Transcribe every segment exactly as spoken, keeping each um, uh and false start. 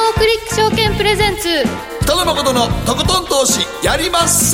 クリック証券プレゼンツ北野誠のとことん投資やりまっせ。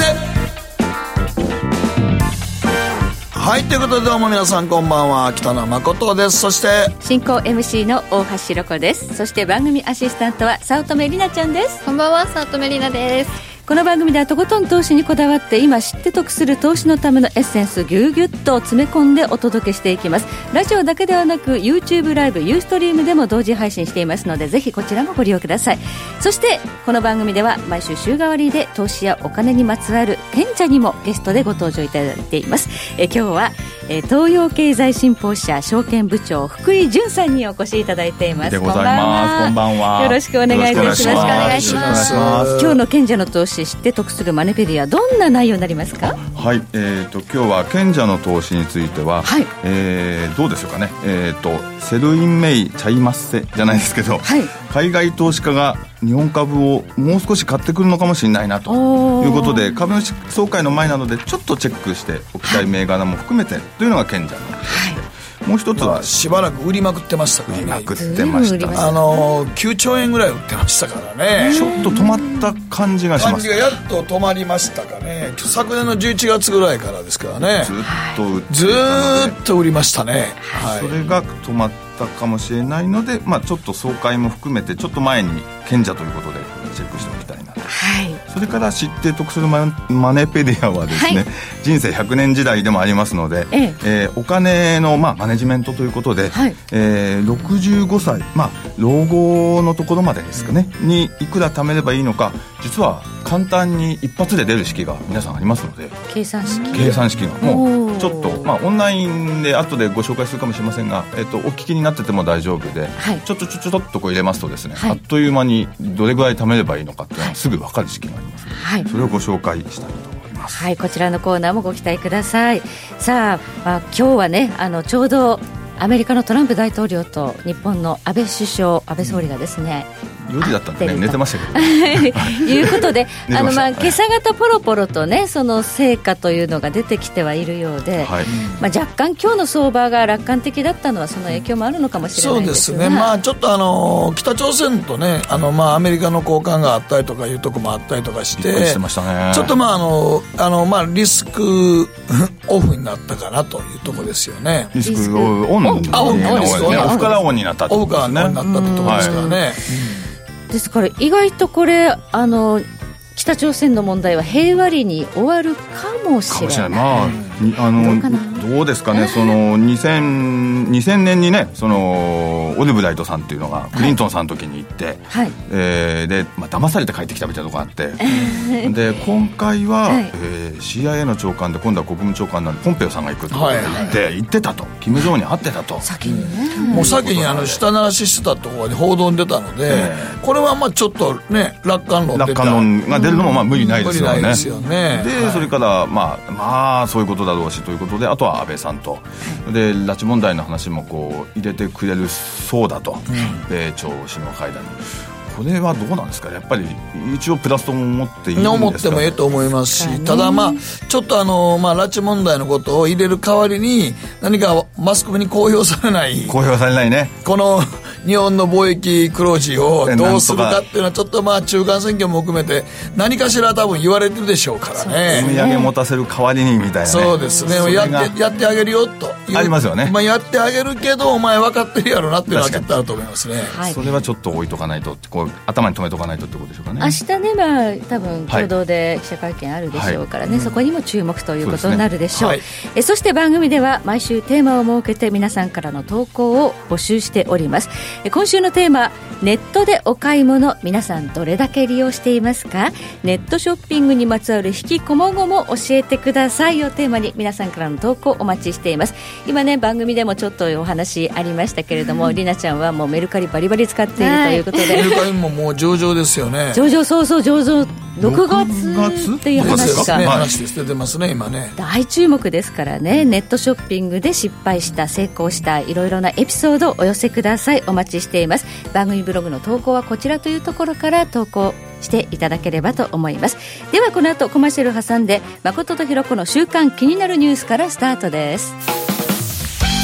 はい、ということでどうも皆さんこんばんは、北野誠です。そして進行 エムシー の大橋ロコです。そして番組アシスタントは早乙女里奈ちゃんです。 こんばんは、早乙女里奈です。 この番組ではとことん投資にこだわって今知って得する投資のためのエッセンスぎゅうぎゅっと詰め込んでお届けしていきます。ラジオだけではなく YouTube ライブ、ユーストリームでも同時配信していますので、ぜひこちらもご利用ください。そしてこの番組では毎週週替わりで投資やお金にまつわる賢者にもゲストでご登場いただいています。え今日はえ東洋経済新報社証券部長福井潤さんにお越しいただいています。 でございます。こんばんは。 よろしくお願いいたします。よろしくお願いします。今日の賢者の投資知って得するマネペディア、どんな内容になりますか？ はい、えー、と今日は賢者の投資については、はい、えー、どうでしょうかね、えー、とセルインメイチャイマッセじゃないですけど、はい、海外投資家が日本株をもう少し買ってくるのかもしれないなということで、株主総会の前なのでちょっとチェックしておきたい銘柄も含めてというのが賢者の投資で、はい、もう一つは、まあ、しばらく売りまくってましたからね。売りまくってました、 あのー、きゅうちょうえんぐらい売ってましたからね。 ちょっと止まった感じがします。 感じがやっと止まりましたかね。昨年のじゅういちがつぐらいからですからね。 ずっと売ってずっと売りましたね、 はい、それが止まったかもしれないので、まあ、ちょっと総会も含めてちょっと前に賢者ということでチェックしておきたいなと、はい、それから知って得するマネペディアはですね、はい、人生ひゃくねん時代でもありますので、えええー、お金の、まあ、マネジメントということで、はい、えー、ろくじゅうごさい、まあ、老後のところまでですかね、にいくら貯めればいいのか、実は簡単に一発で出る式が皆さんありますので、 計算式計算式がもうちょっと、まあ、オンラインで後でご紹介するかもしれませんが、えっと、お聞きになってても大丈夫で、はい、ちょっとちょちょちょっとこう入れますとですね、はい、あっという間にどれぐらい貯めればいいのかっていうのがすぐ分かる式がありますので、はい、それをご紹介したいと思います。 はい、こちらのコーナーもご期待ください。さあ、まあ、今日はね、あのちょうどアメリカのトランプ大統領と日本の安倍首相、安倍総理がですね、 よじだったんでね、寝てましたけどいうことであの、まあ、今朝方ポロポロとね、その成果というのが出てきてはいるようで、はい、まあ、若干今日の相場が楽観的だったのはその影響もあるのかもしれないですが、 そうですね、まあ、ちょっとあの北朝鮮とね、あの、まあ、アメリカの交換があったりとかいうとこもあったりとかして、 してましたね、 ちょっとまああのあの、まあ、リスクオフになったかなというところですよね。 リスクオン、 あ、オン、 オフからオンになったオフからオンになったってところですからね。 ですから意外とこれあの北朝鮮の問題は平和裏に終わるかもしれない。かもしれない、まあ、あの ど, どうですかね、その にせん, にせんねんにね、そのオルブライトさんっていうのがクリントンさんの時に行って、はい、えー、で、まあ、騙されて帰ってきたみたいなところがあって、で今回は、はい、えー、シーアイエー の長官で今度は国務長官なんでポンペオさんが行くってことで行って、はい、行ってたと、金正恩に会ってたと、 先にね、 もう先にあの下鳴らししてたところで報道に出たので、えー、これはまあちょっとね、楽観論楽観論が出るのもまあ無理ないですよね。 無理ないですよね。 で、はい、それからまあまあそういうことだろうしということで、あとは安倍さんと、で拉致問題の話もこう入れてくれるそうだと、うん、米朝首脳会談に。これはどうなんですか、やっぱり一応プラスと思っていいんですか。 思ってもいいと思いますし、ただまあちょっとあの、まあ、拉致問題のことを入れる代わりに何かマスコミに公表されない公表されないね、 この日本の貿易黒字をどうするかっていうのはちょっとまあ中間選挙も含めて何かしら多分言われてるでしょうからね。 お土産持たせる代わりにみたいな、ね、 そうですね、やってやってあげるよとありますよね、 まあ、やってあげるけどお前分かってるやろなっていうのは絶対あると思いますね、 はい、それはちょっと置いとかないと、こう頭に留めとかないとってことでしょうかね。 明日ね、まあ、多分共同で記者会見あるでしょうからね、はい、そこにも注目ということになるでしょう。 そうですね、はい、えそして番組では毎週テーマを設けて皆さんからの投稿を募集しております。え今週のテーマ、ネットでお買い物、皆さんどれだけ利用していますか。ネットショッピングにまつわる引きこもごも教えてくださいをテーマに皆さんからの投稿お待ちしています。今ね、番組でもちょっとお話ありましたけれども、りなちゃんはもうメルカリバリバリ使っているということで、 メルカリももう上場ですよね。 上場、そうそう、上場ろくがつっていう話が、 ね、話で捨ててますね今ね。 大注目ですからね。ネットショッピングで失敗した、成功したいろいろなエピソードをお寄せください。お待ちしています。番組ブログの投稿はこちらというところから投稿していただければと思います。ではこの後コマーシャル挟んで誠とひろ子の週刊気になるニュースからスタートです。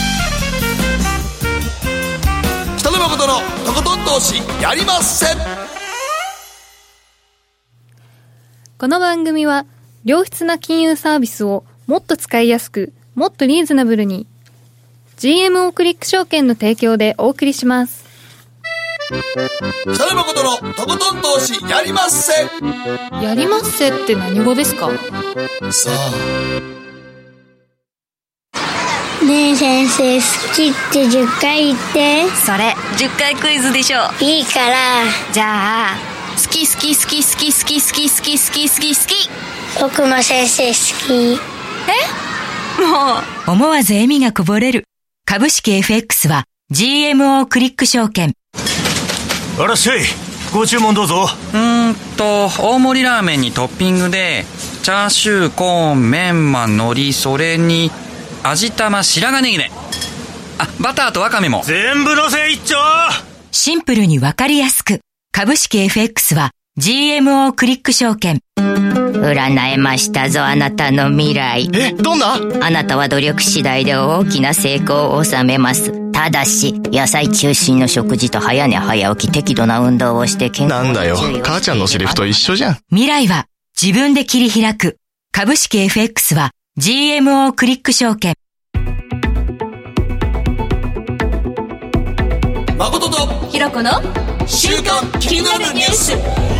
北野誠のとことん投資やりまっせ。 この番組は良質な金融サービスをもっと使いやすく、もっとリーズナブルに ジーエムオー クリック証券の提供でお送りします。 北野誠のとことん投資やりまっせ。 やりまっせって何語ですか？ さあねえ先生、好きってじゅっかい言って。 それじゅっかいクイズでしょ。 いいから。 じゃあ好き好き好き好き好き好き好き好き好き好き。 僕も先生好き。 え？もう思わず笑みがこぼれる。株式 エフエックス は ジーエムオー クリック証券。 あらっしゃい、ご注文どうぞ。 うーんと大盛りラーメンにトッピングでチャーシュー、コーン、メンマ、海苔、それに味玉、白髪ネギね。あ、バターとワカメも全部のせ一丁。 シンプルにわかりやすく。株式 エフエックス は ジーエムオー クリック証券。占えましたぞ、あなたの未来。 え、どんな？ あなたは努力次第で大きな成功を収めます。ただし野菜中心の食事と早寝早起き、適度な運動をして健康に注意をして。 なんだよ、母ちゃんのセリフと一緒じゃん。 未来は自分で切り開く。株式 エフエックス は ジーエムオー クリック証券。 誠とひろこの週刊気になるニュース。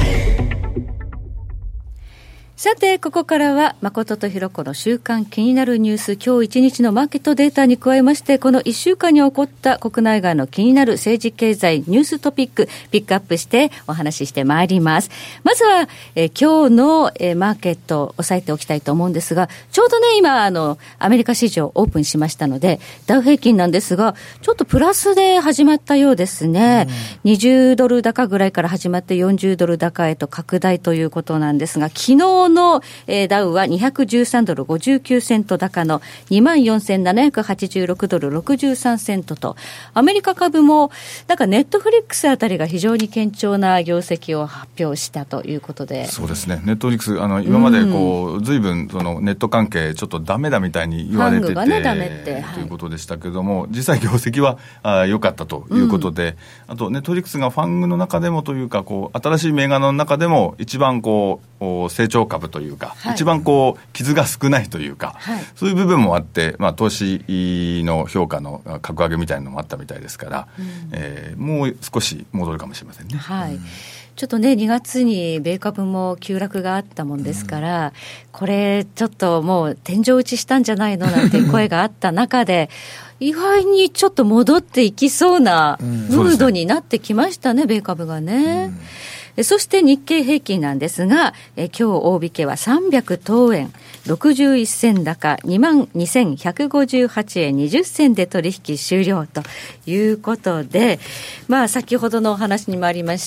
さて、ここからは誠とひろこの週間気になるニュース、今日一日のマーケットデータに加えまして、このいっしゅうかんに起こった国内外の気になる政治経済ニューストピックピックアップしてお話ししてまいります。まずは、えー、今日の、えー、マーケットを押さえておきたいと思うんですが、ちょうどね今あのアメリカ市場オープンしましたので、ダウ平均なんですがちょっとプラスで始まったようですね、うん、にじゅうドル高ぐらいから始まってよんじゅうドル高へと拡大ということなんですが、昨日の、えー、ダウはにひゃくじゅうさんドルごじゅうきゅうセント高の にまんよんせんななひゃくはちじゅうろくドルろくじゅうさんセントと、アメリカ株もなんかネットフリックスあたりが非常に堅調な業績を発表したということで。 そうですね、ネットフリックスあの今までこう随分そのネット関係ちょっとダメだみたいに言われてて、 ハングがねダメって、はい、 ということでしたけども、実際業績は良かったということで、うん、あとネットフリックスがファングの中でもというかこう新しい銘柄の中でも一番こう成長株というか、はい、一番こう傷が少ないというか、はい、そういう部分もあって、まあ、投資の評価の格上げみたいなのもあったみたいですから、うん、えー、もう少し戻るかもしれませんね。 はい、うん、ちょっとねにがつに米株も急落があったもんですから、うん、これちょっともう天井打ちしたんじゃないのなんて声があった中で意外にちょっと戻っていきそうなムードになってきましたね、うん、米株がね、うん。そして日経平均なんですが、え今日大引けはさんびゃくとえんろくじゅういっせん高 にまんにせんひゃくごじゅうはちえんにじゅっせんで取引終了ということで、まあ、先ほどのお話にもありました、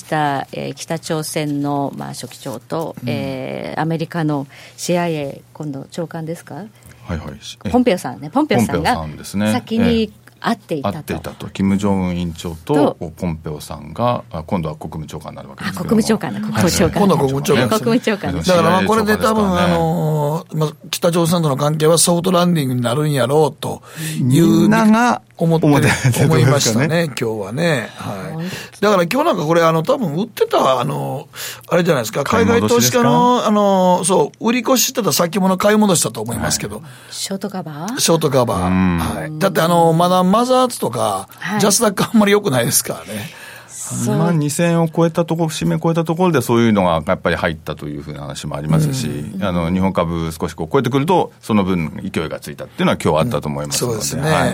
えー、北朝鮮の、まあ、書記長と、うん、えー、アメリカの シーアイエー 今度長官ですか、はいはい、 ポンペオさんね、ポンペオさんが先に会っていたと、 会っていたと、キム・ジョンウン委員長とポンペオさんが今度は国務長官になるわけですけども、 国務長官だ、国務長官、 今度は国務長官、 国務長官、 だからまあこれで多分あの、まあ、北朝鮮との関係はソフトランディングになるんやろうというみんなが思って思いましたね、今日はね、はい、だから今日なんかこれあの多分売ってたあのあれじゃないですか、海外投資家のあのそう売り越ししてた先物買い戻したと思いますけど、はい、 ショートカバーショートカバー、はい、だってあのまだマザーズとか、はい、ジャスダックあんまり良くないですからね。 にまんにせんえんを超えたところ、節目超えたところでそういうのがやっぱり入ったというふうな話もありますし、うん、あの日本株少しこう超えてくるとその分勢いがついたっていうのは今日あったと思いますので、 うん、そうですね、はい、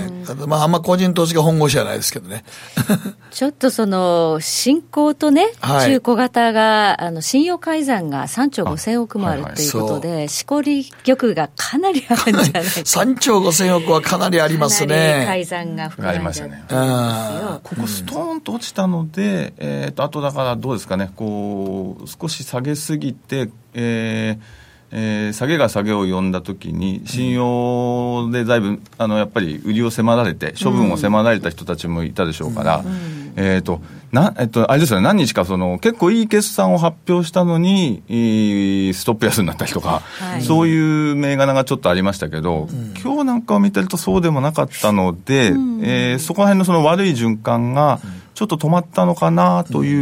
まあ、あんま個人投資が本腰じゃないですけどねちょっとその新興とね、はい、中小型があの信用改ざんがさんちょうごせんおくもあるということで、はいはい、しこり玉がかなりあるんじゃないかさんちょうごせんおくはかなりありますね。 かなり改ざんが含まれてますよね。 ここストーンと落ちたので、えー、とあとだからどうですかね、こう少し下げすぎて、えーえー、下げが下げを呼んだときに信用でだいぶあのやっぱり売りを迫られて処分を迫られた人たちもいたでしょうから、うんうん、えーとなえっと、あれですよね、何日かその結構いい決算を発表したのにストップ安になったりとか、はい、そういう銘柄がちょっとありましたけど、うん、今日なんかを見てるとそうでもなかったので、うん、えー、そこら辺のその悪い循環がちょっと止まったのかなという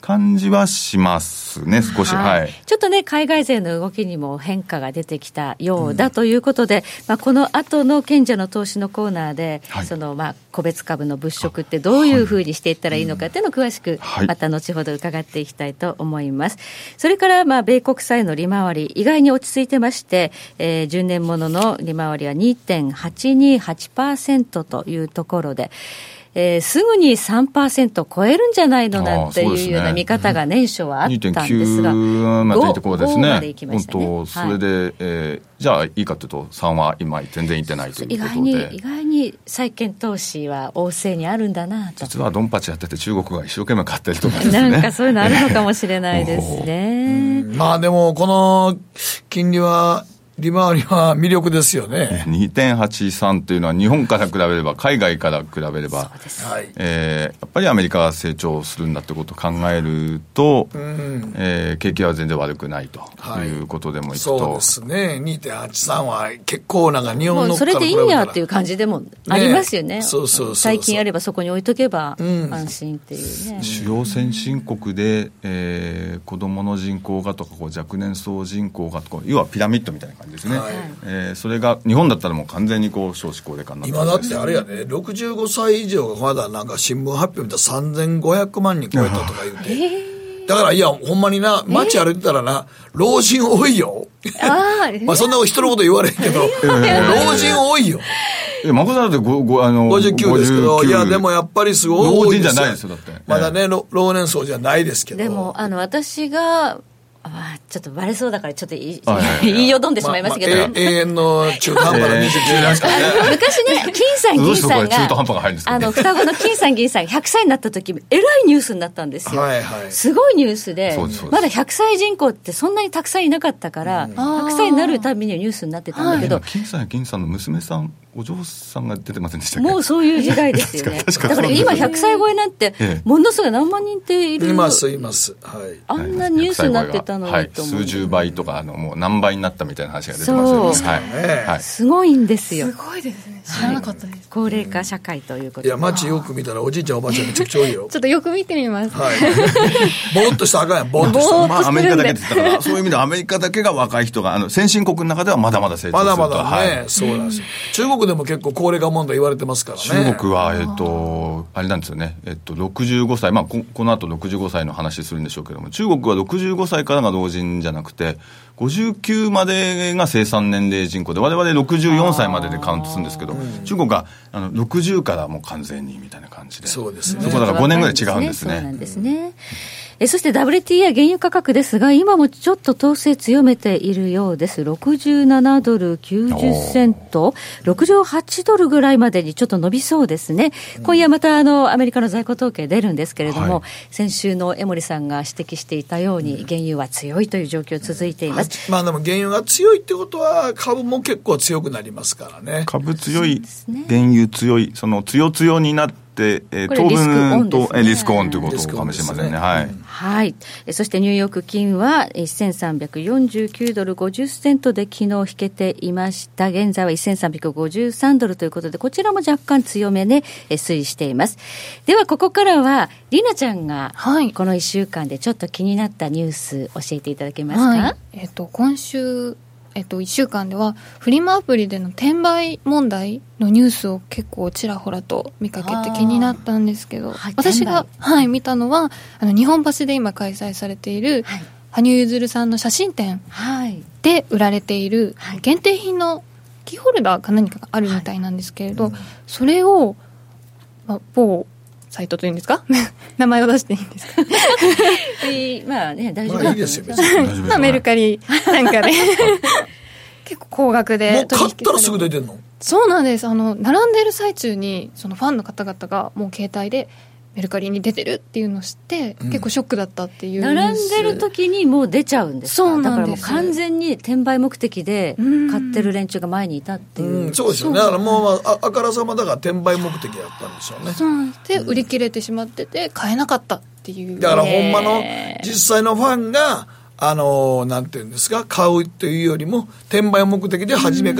感じはしますね、少し、はいはい、 ちょっとね海外勢の動きにも変化が出てきたようだということで、うんまあ、この後の賢者の投資のコーナーで、はい、そのまあ個別株の物色ってどういうふうにしていったらいいのかっていうのを詳しくまた後ほど伺っていきたいと思います、はい、それからまあ米国債の利回り意外に落ち着いてまして、えー、じゅうねんものの利回りは にてんはちにはちパーセント というところでえー、すぐに さんパーセント 超えるんじゃないのなんていうような見方が年初はあったんですが、 にてんきゅうまでいってこうですね、 ごまでいきましたね。 本当それで、はい、えー、じゃあいいかというとさんは今全然いってないということで、 意外に意外に債券投資は旺盛にあるんだなと。 実はドンパチやってて中国が一生懸命買ってるとかですね、 なんかそういうのあるのかもしれないですねまあでもこの金利は利回りは魅力ですよね。 にてんはちさん というのは日本から比べれば海外から比べれば、 そうです、 えー、やっぱりアメリカが成長するんだということを考えると、うんえー、景気は全然悪くないということでもいくと、 はい、そうですね にてんはちさん は結構なんか日本のそれでいいんやっていう感じでもありますよね。 ねそうそうそうそう、 最近あればそこに置いとけば安心っていうね、うん、 主要先進国で、えー、子どもの人口がとかこう若年層人口がとか要はピラミッドみたいな感じですね、はいえー、それが日本だったらもう完全にこう少子高齢化になって今だってあれやねろくじゅうごさい以上がまだなんか新聞発表見たらさんぜんごひゃくまんにん超えたとか言うて、えー、だからいやほんまにな街歩いてたらな、えー、老人多いよあ、えー、まあそんな人のこと言われんけど、えー、老人多いよいや誠さんだってごごあのごじゅうきゅうですけど、いやでもやっぱりすごい多いですよ。 老人じゃないですよだって、 まだね、えー、老年層じゃないですけど。 でもあの私があちょっとバレそうだからちょっと言い、言いよどんでしまいましたけど、まあまあ、 永遠の中途半端なにじゅうきゅうですからね昔ね金さん銀さんが中途半端が入るんですか、ね、 あの双子の金さん銀さんがひゃくさいになった時えらいニュースになったんですよ、はいはい、すごいニュースでまだひゃくさい人口ってそんなにたくさんいなかったから、うん、ひゃくさいになるたびにニュースになってたんだけど、 金さんや銀さんの娘さんお嬢さんが出てませんでしたっけ。 もうそういう時代ですよねだから今ひゃくさい超えなんてものすごい何万人っている、 いますいます、はい、 あんなニュースになってたのにと思う、 はい、数十倍とかあのもう何倍になったみたいな話が出てますよね。そう、はいはい、すごいんですよ。 すごいですね、知らなかったです、はい、 高齢化社会ということで、 いや街よく見たらおじいちゃんおばあちゃんめちゃくちゃ多いよちょっとよく見てみます、はい、 ぼーっとしたらあかんやんぼーっとした、 まあ、アメリカだけって言ったからそういう意味ではアメリカだけが若い人があの先進国の中ではまだまだ成長すると、 まだまだね、はい、そうなんですよ。中国でも結構高齢化問題言われてますからね。 中国は、えっと、あれなんですよね、えっと、ろくじゅうごさい、まあ、こ, この後ろくじゅうごさいの話するんでしょうけども、中国はろくじゅうごさいからが老人じゃなくてごじゅうきゅうまでが生産年齢人口で我々ろくじゅうよんさいまででカウントするんですけど、うん、中国はあのろくじゅうからもう完全にみたいな感じで、 そうですね、 そこだからごねんぐらい違うんですね。 そうなんですね。えそして ダブリューティーアイ 原油価格ですが今もちょっと統制強めているようです。ろくじゅうななドルきゅうじゅっセントろくじゅうはちドルぐらいまでにちょっと伸びそうですね、うん、今夜またあのアメリカの在庫統計出るんですけれども、はい、先週の江森さんが指摘していたように原油は強いという状況続いています、 うん、まあでも原油が強いってことは株も結構強くなりますからね。 株強い、ね、原油強い、その強強になってでえー、当分とリスクオンということかもしれませんね。はい、うんはい、そしてニューヨーク金はせんさんびゃくよんじゅうきゅうドルごじゅっセントで昨日引けていました。現在はせんさんびゃくごじゅうさんドルということでこちらも若干強めで、ね、推移しています。ではここからはりなちゃんがこのいっしゅうかんでちょっと気になったニュース教えていただけますか。はい、 えーと、今週えっと、いっしゅうかんではフリマアプリでの転売問題のニュースを結構ちらほらと見かけて気になったんですけど、はい、私が、はい、見たのはあの日本橋で今開催されている、はい、羽生結弦さんの写真展で売られている限定品のキーホルダーか何かがあるみたいなんですけれど、はい、それを、まあ、某サイトというんですか名前を出していいんですかまあね大丈夫、 まあ、いいですよ別にまあメルカリなんかで結構高額でもう買ったらすぐ出てんの。 そうなんです。あの並んでる最中にそのファンの方々がもう携帯でメルカリに出てるっていうのを知って、うん、結構ショックだったっていう並んでる時にもう出ちゃうんですか。そうなんです。だからもう完全に転売目的で買ってる連中が前にいたっていう、うんうん、そうですよね。だからもう、まあ、あからさまだから転売目的だったんでしょうね。 そうなんで、うん、売り切れてしまってて買えなかったっていう。 だからほんまの実際のファンがあのなんていうんですか買うというよりも転売目的で初めから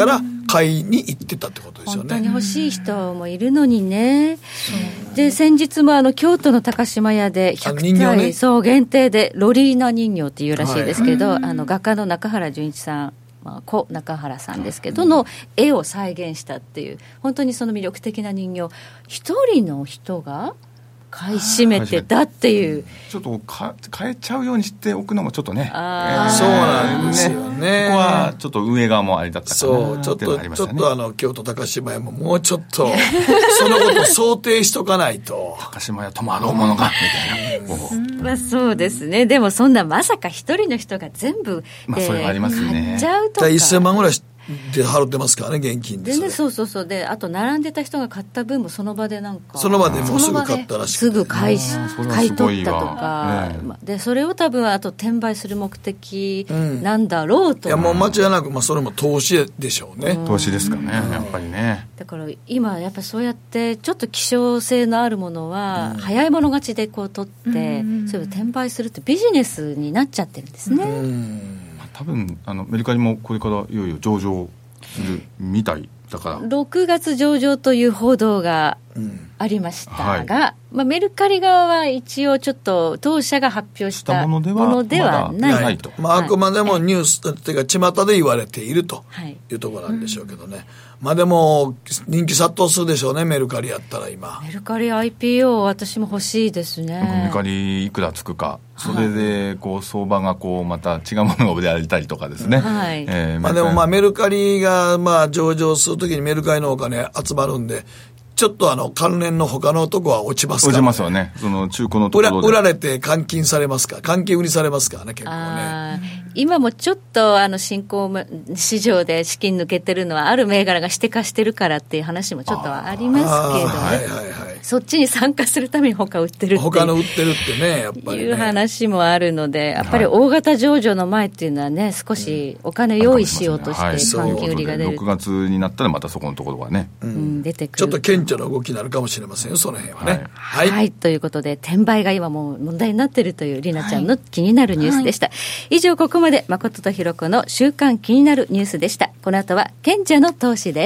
買いに行ってたってことですよね。 本当に欲しい人もいるのにね。で先日もあの京都の高島屋でひゃくたい、ね、そう限定でロリーナ人形っていうらしいですけど、はい、あの画家の中原純一さん、まあ、故中原さんですけどの絵を再現したっていう本当にその魅力的な人形一人の人が買い占めてたっていうちょっとか買えちゃうようにしておくのもちょっとね、 あ、えー、そうなんですよね。 ここはちょっと運営側もあれだったかな。 そうちょっと、ね、ちょっとあの京都高島屋ももうちょっとそのことを想定しとかないと高島屋ともあろうものがみたいなまあそうですね。でもそんなまさか一人の人が全部で、 まあ、それはありますね。 買っちゃうとかいっせんまんぐらいで払ってますからね、現金で。 全然そうそうそう。であと並んでた人が買った分もその場でなんかその場でもうすぐ買ったらしくてすぐ買い買い取ったとか、 ね、 でそれを多分あと転売する目的なんだろうと、 うん、いやもう間違いなく、まあ、それも投資でしょうね、 うん、投資ですかね、やっぱりね。 だから今やっぱりそうやってちょっと希少性のあるものは早い者勝ちでこう取って、うん、それを転売するってビジネスになっちゃってるんですね、うん、 多分あのメルカリもこれからいよいよ上場するみたいだからろくがつ上場という報道がありましたが、うんはい、まあ、メルカリ側は一応ちょっと当社が発表したものでは、ものではない、 ないと、まあ、あくまでもニュースっていうか巷で言われているというところなんでしょうけどね、はい、うん、まあ、でも人気殺到するでしょうね、メルカリやったら今。 メルカリ アイピーオー 私も欲しいですね。 メルカリいくらつくか、それでこう相場がこうまた違うものが売られたりとかですね、 はい、 えーまあ、でもまあメルカリがまあ上場するときにメルカリのお金集まるんで、ちょっとあの関連の他のとこは落ちますから、ね、 落ちますよね。その中古のところで売られて換金されますから、換金売りされますからね、結構ね。 今もちょっとあの新興市場で資金抜けてるのはある銘柄が指定化してるからっていう話もちょっとはありますけどね、はいはいはい、そっちに参加するために他売ってるって他の売ってるってね、やっぱりね、 いう話もあるので、やっぱり大型上場の前っていうのはね、少しお金用意しようとして換金売りが出る、 ろくがつになったらまたそこのところがね、 うん、出てくる、 ちょっと顕著な動きになるかもしれませんよ、その辺はね、 はい、はいはい、ということで転売が今もう問題になっているというりなちゃんの気になるニュースでした、はい、以上ここまで誠とひろ子の週刊気になるニュースでした。この後は賢者の投資です。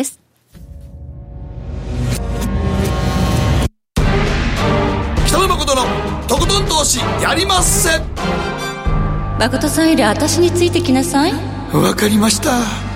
北野誠のとことん投資やりまっせ。 誠さんより私についてきなさい。 わかりました。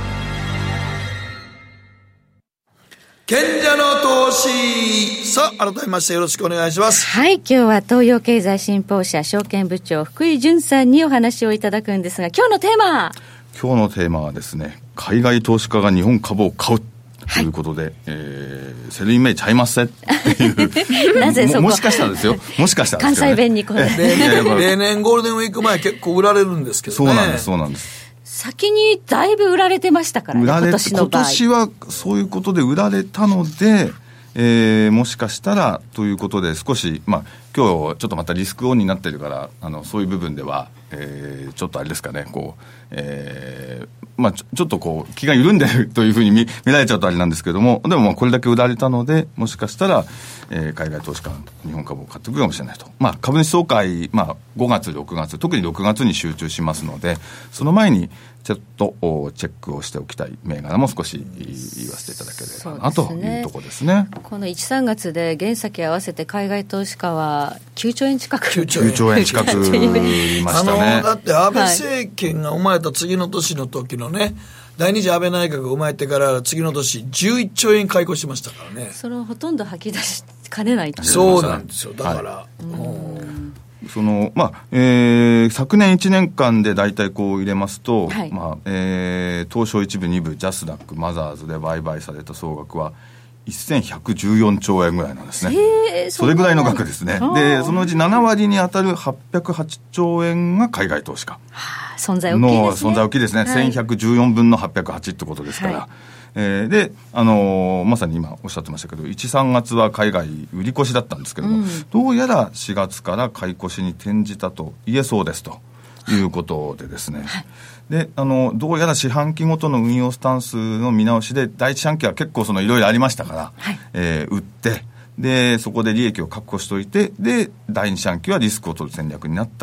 賢者の投資。さあ改めましてよろしくお願いします。 はい、今日は東洋経済新報社証券部長福井潤さんにお話をいただくんですが、今日のテーマ今日のテーマはですね、海外投資家が日本株を買うということで、はい、えー、セルインメイちゃいますせっていうなぜそこも, もしかしたらですよもしかしたらですよ、ね、 関西弁にこれ例年ゴールデンウィーク前結構売られるんですけどね。 そうなんですそうなんです。 先にだいぶ売られてましたからね、 売られ今年の場合。 今年はそういうことで売られたので、えー、もしかしたらということで少し、まあ、今日ちょっとまたリスクオンになってるからあのそういう部分では、えー、ちょっとあれですかねこう、えーまあ、ちょ, ちょっとこう気が緩んでるというふうに 見, 見られちゃうとあれなんですけども、でもまあこれだけ売られたのでもしかしたら、えー、海外投資家日本株を買ってくるかもしれないと、まあ、株主総会、まあ、ごがつろくがつ特にろくがつに集中しますので、その前にちょっとチェックをしておきたい銘柄も少し言わせていただければなというところですね。 このいち、さんがつで原先合わせて海外投資家はきゅうちょうえん近くきゅうちょえん近くいましたね。 あのだって安倍政権が生まれた次の年の時のね、はい、第二次安倍内閣が生まれてから次の年じゅういっちょうえん買い越しましたからね。 それをほとんど吐き出しかねないという。 そうなんですよ。だから、はい、 うんそのまあえー、昨年いちねんかんで大体こう入れますと、はい、まあえー、東証一部二部ジャスダックマザーズで売買された総額はせんひゃくじゅうよんちょうえんぐらいなんですね。それぐらいの額ですね。でそのうちななわりに当たるはっぴゃくはちちょうえんが海外投資家、 はあ、存在大きいですね。 の存在大きいですね、はい、せんひゃくじゅうよんぶんのはっぴゃくはちってことですから、はい、えー、で、あのー、まさに今おっしゃってましたけどいち、さんがつは海外売り越しだったんですけども、うん、どうやらしがつから買い越しに転じたと言えそうですということでですね、はい、であのどうやら四半期ごとの運用スタンスの見直しで第一四半期は結構いろいろありましたから、はい、えー、売ってでそこで利益を確保しておいてで第二四半期はリスクを取る戦略になった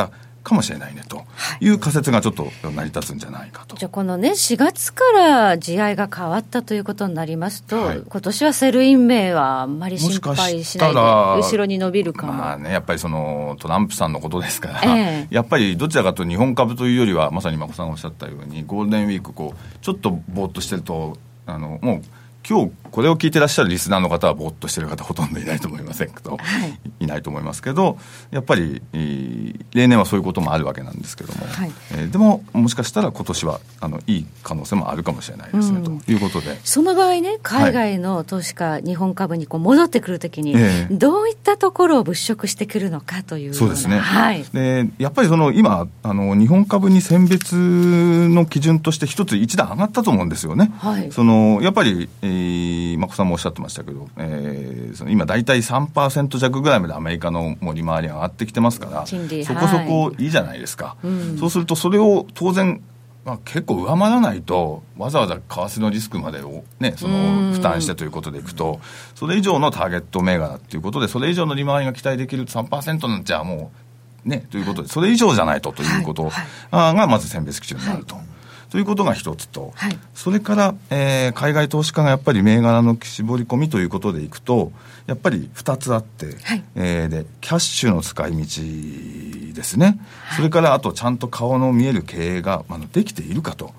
かもしれないねという仮説がちょっと成り立つんじゃないかと。 じゃあこのねしがつから地合いが変わったということになりますと、はい、今年はセルイン名はあんまり心配しないで後ろに伸びるかも。 まあね、やっぱりそのトランプさんのことですから、えー、やっぱりどちらかというと日本株というよりはまさに今子さんがおっしゃったようにゴールデンウィークこうちょっとぼーっとしてるとあのもう今日これを聞いてらっしゃるリスナーの方はぼーっとしてる方ほとんどいないと思いませんけど、はい、いないと思いますけどやっぱり、えー、例年はそういうこともあるわけなんですけども、はいえー、でももしかしたら今年はあのいい可能性もあるかもしれないですね、うん、ということでその場合ね海外の投資家、はい、日本株にこう戻ってくるときに、えー、どういったところを物色してくるのかというような。 そうですね、 はい、 でやっぱりその今あの日本株に選別の基準として一つ一段上がったと思うんですよね、はい、そのやっぱり、えーまあさんもおっしゃってましたけど、えー、その今大体 さんパーセント 弱ぐらいまでアメリカの利回りが上がってきてますからそこそこいいじゃないですか、はいうん、そうするとそれを当然、まあ、結構上回らないとわざわざ為替のリスクまでを、ね、その負担してということでいくとそれ以上のターゲット銘柄ということでそれ以上の利回りが期待できる さんパーセント なんじゃもうねということでそれ以上じゃないとということがまず選別基準になると、はいということが一つと、はい、それから、えー、海外投資家がやっぱり銘柄の絞り込みということでいくとやっぱりふたつあって、はいえー、でキャッシュの使い道ですね、はい、それからあとちゃんと顔の見える経営が、まあ、できているかと、はい、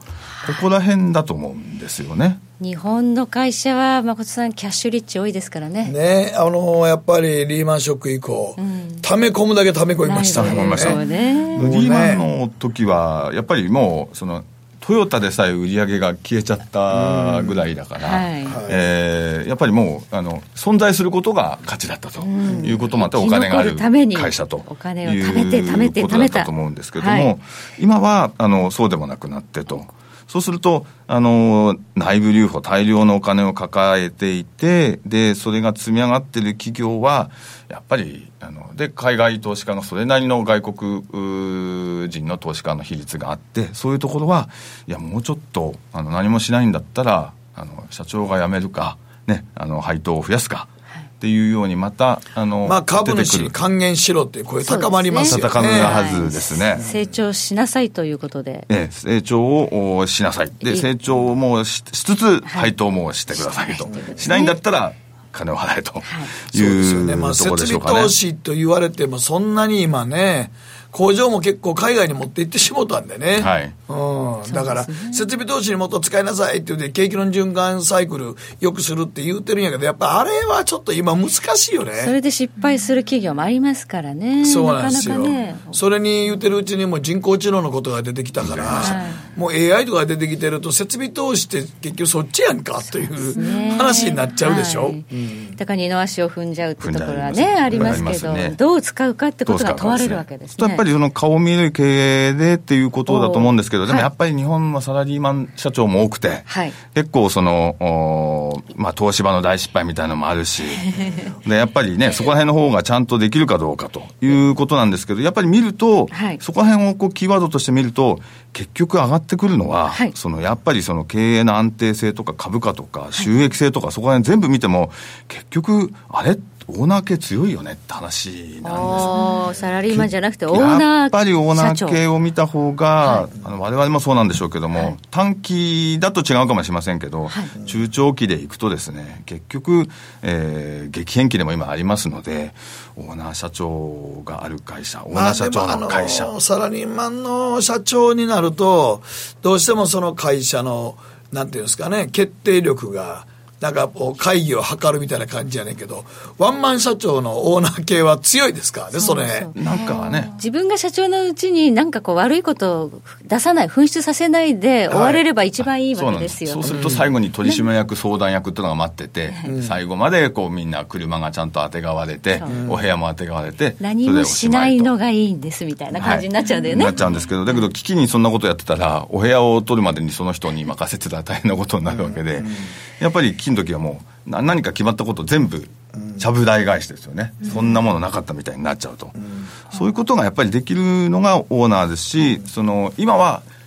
ここら辺だと思うんですよね。 日本の会社は誠さんキャッシュリッチ多いですからね。 ねあのー、やっぱりリーマンショック以降、うん、溜め込むだけ溜め込みましたね。 溜め込みました、ね、リーマンの時はやっぱりもうそのトヨタでさえ売り上げが消えちゃったぐらいだから、はいえー、やっぱりもうあの存在することが価値だったということもあってお金がある会社とお金を貯めて貯めて貯めたことだったと思うんですけども、はい、今はあのそうでもなくなってとそうするとあの内部留保大量のお金を抱えていてでそれが積み上がっている企業はやっぱりあので海外投資家のそれなりの外国人の投資家の比率があってそういうところはいやもうちょっとあの何もしないんだったらあの社長が辞めるか、ね、あの配当を増やすかっていうようにまたあの、 まあ、株主に還元しろっていう声高まりますよね。 高めるはずですね、はい、 成長しなさいということで、 ええ、成長をしなさいで成長も し, しつつ配当もしてくださいと、はい、しないんだったら金を払えという、はい、そうですよね、まあ、 設備投資と言われてもそんなに今ね工場も結構海外に持って行ってしもたんでね、はいうん、だから設備投資にもっと使いなさいって言って景気の循環サイクル良くするって言うてるんやけどやっぱあれはちょっと今難しいよね。 それで失敗する企業もありますからね。 そうなんですよ、なかなかね、それに言うてるうちにもう人工知能のことが出てきたから、はい、もう エーアイ とか出てきてると設備投資って結局そっちやんかという話になっちゃうでしょ、はいうん、 だから二の足を踏んじゃうってところはねありますけど、ね、どう使うかってことが問われるわけですね。 やっぱりその顔見える経営でっていうことだと思うんですけどでもやっぱり日本はサラリーマン社長も多くて、はい、結構その、まあ、東芝の大失敗みたいなのもあるしでやっぱりねそこら辺の方がちゃんとできるかどうかということなんですけどやっぱり見ると、はい、そこら辺をこうキーワードとして見ると結局上がってくるのは、はい、そのやっぱりその経営の安定性とか株価とか収益性とか、はい、そこら辺全部見ても結局あれオーナー系強いよねって話なんです。 サラリーマンじゃなくてオーナー社長やっぱりオーナー系を見た方が、はい、あの我々もそうなんでしょうけども、はい、短期だと違うかもしれませんけど、はい、中長期でいくとですね結局、えー、激変期でも今ありますのでオーナー社長がある会社オーナー社長の会社、 まあ、サラリーマンの社長になるとどうしてもその会社のなんていうんですかね決定力がなんかこう会議を図るみたいな感じやねんけどワンマン社長のオーナー系は強いですからね。それそうそうなんかはね自分が社長のうちになんかこう悪いことを出さない噴出させないで終われれば一番いいわけですよ、 はい、そう, そうすると最後に取締役、うん、相談役っていうのが待ってて、うん、最後までこうみんな車がちゃんと当てがわれて、うん、お部屋も当てがわれて何もしないのがいいんですみたいな感じになっちゃうんだよね、 はい、なっちゃうんですけどだけど危機にそんなことやってたらお部屋を取るまでにその人に任せてたら大変なことになるわけで、うん、やっぱり危機の時はもう何か決まったこと全部ちゃぶ台返しですよね、うん、そんなものなかったみたいになっちゃうと、うん、そういうことがやっぱりできるのがオーナーですしその今は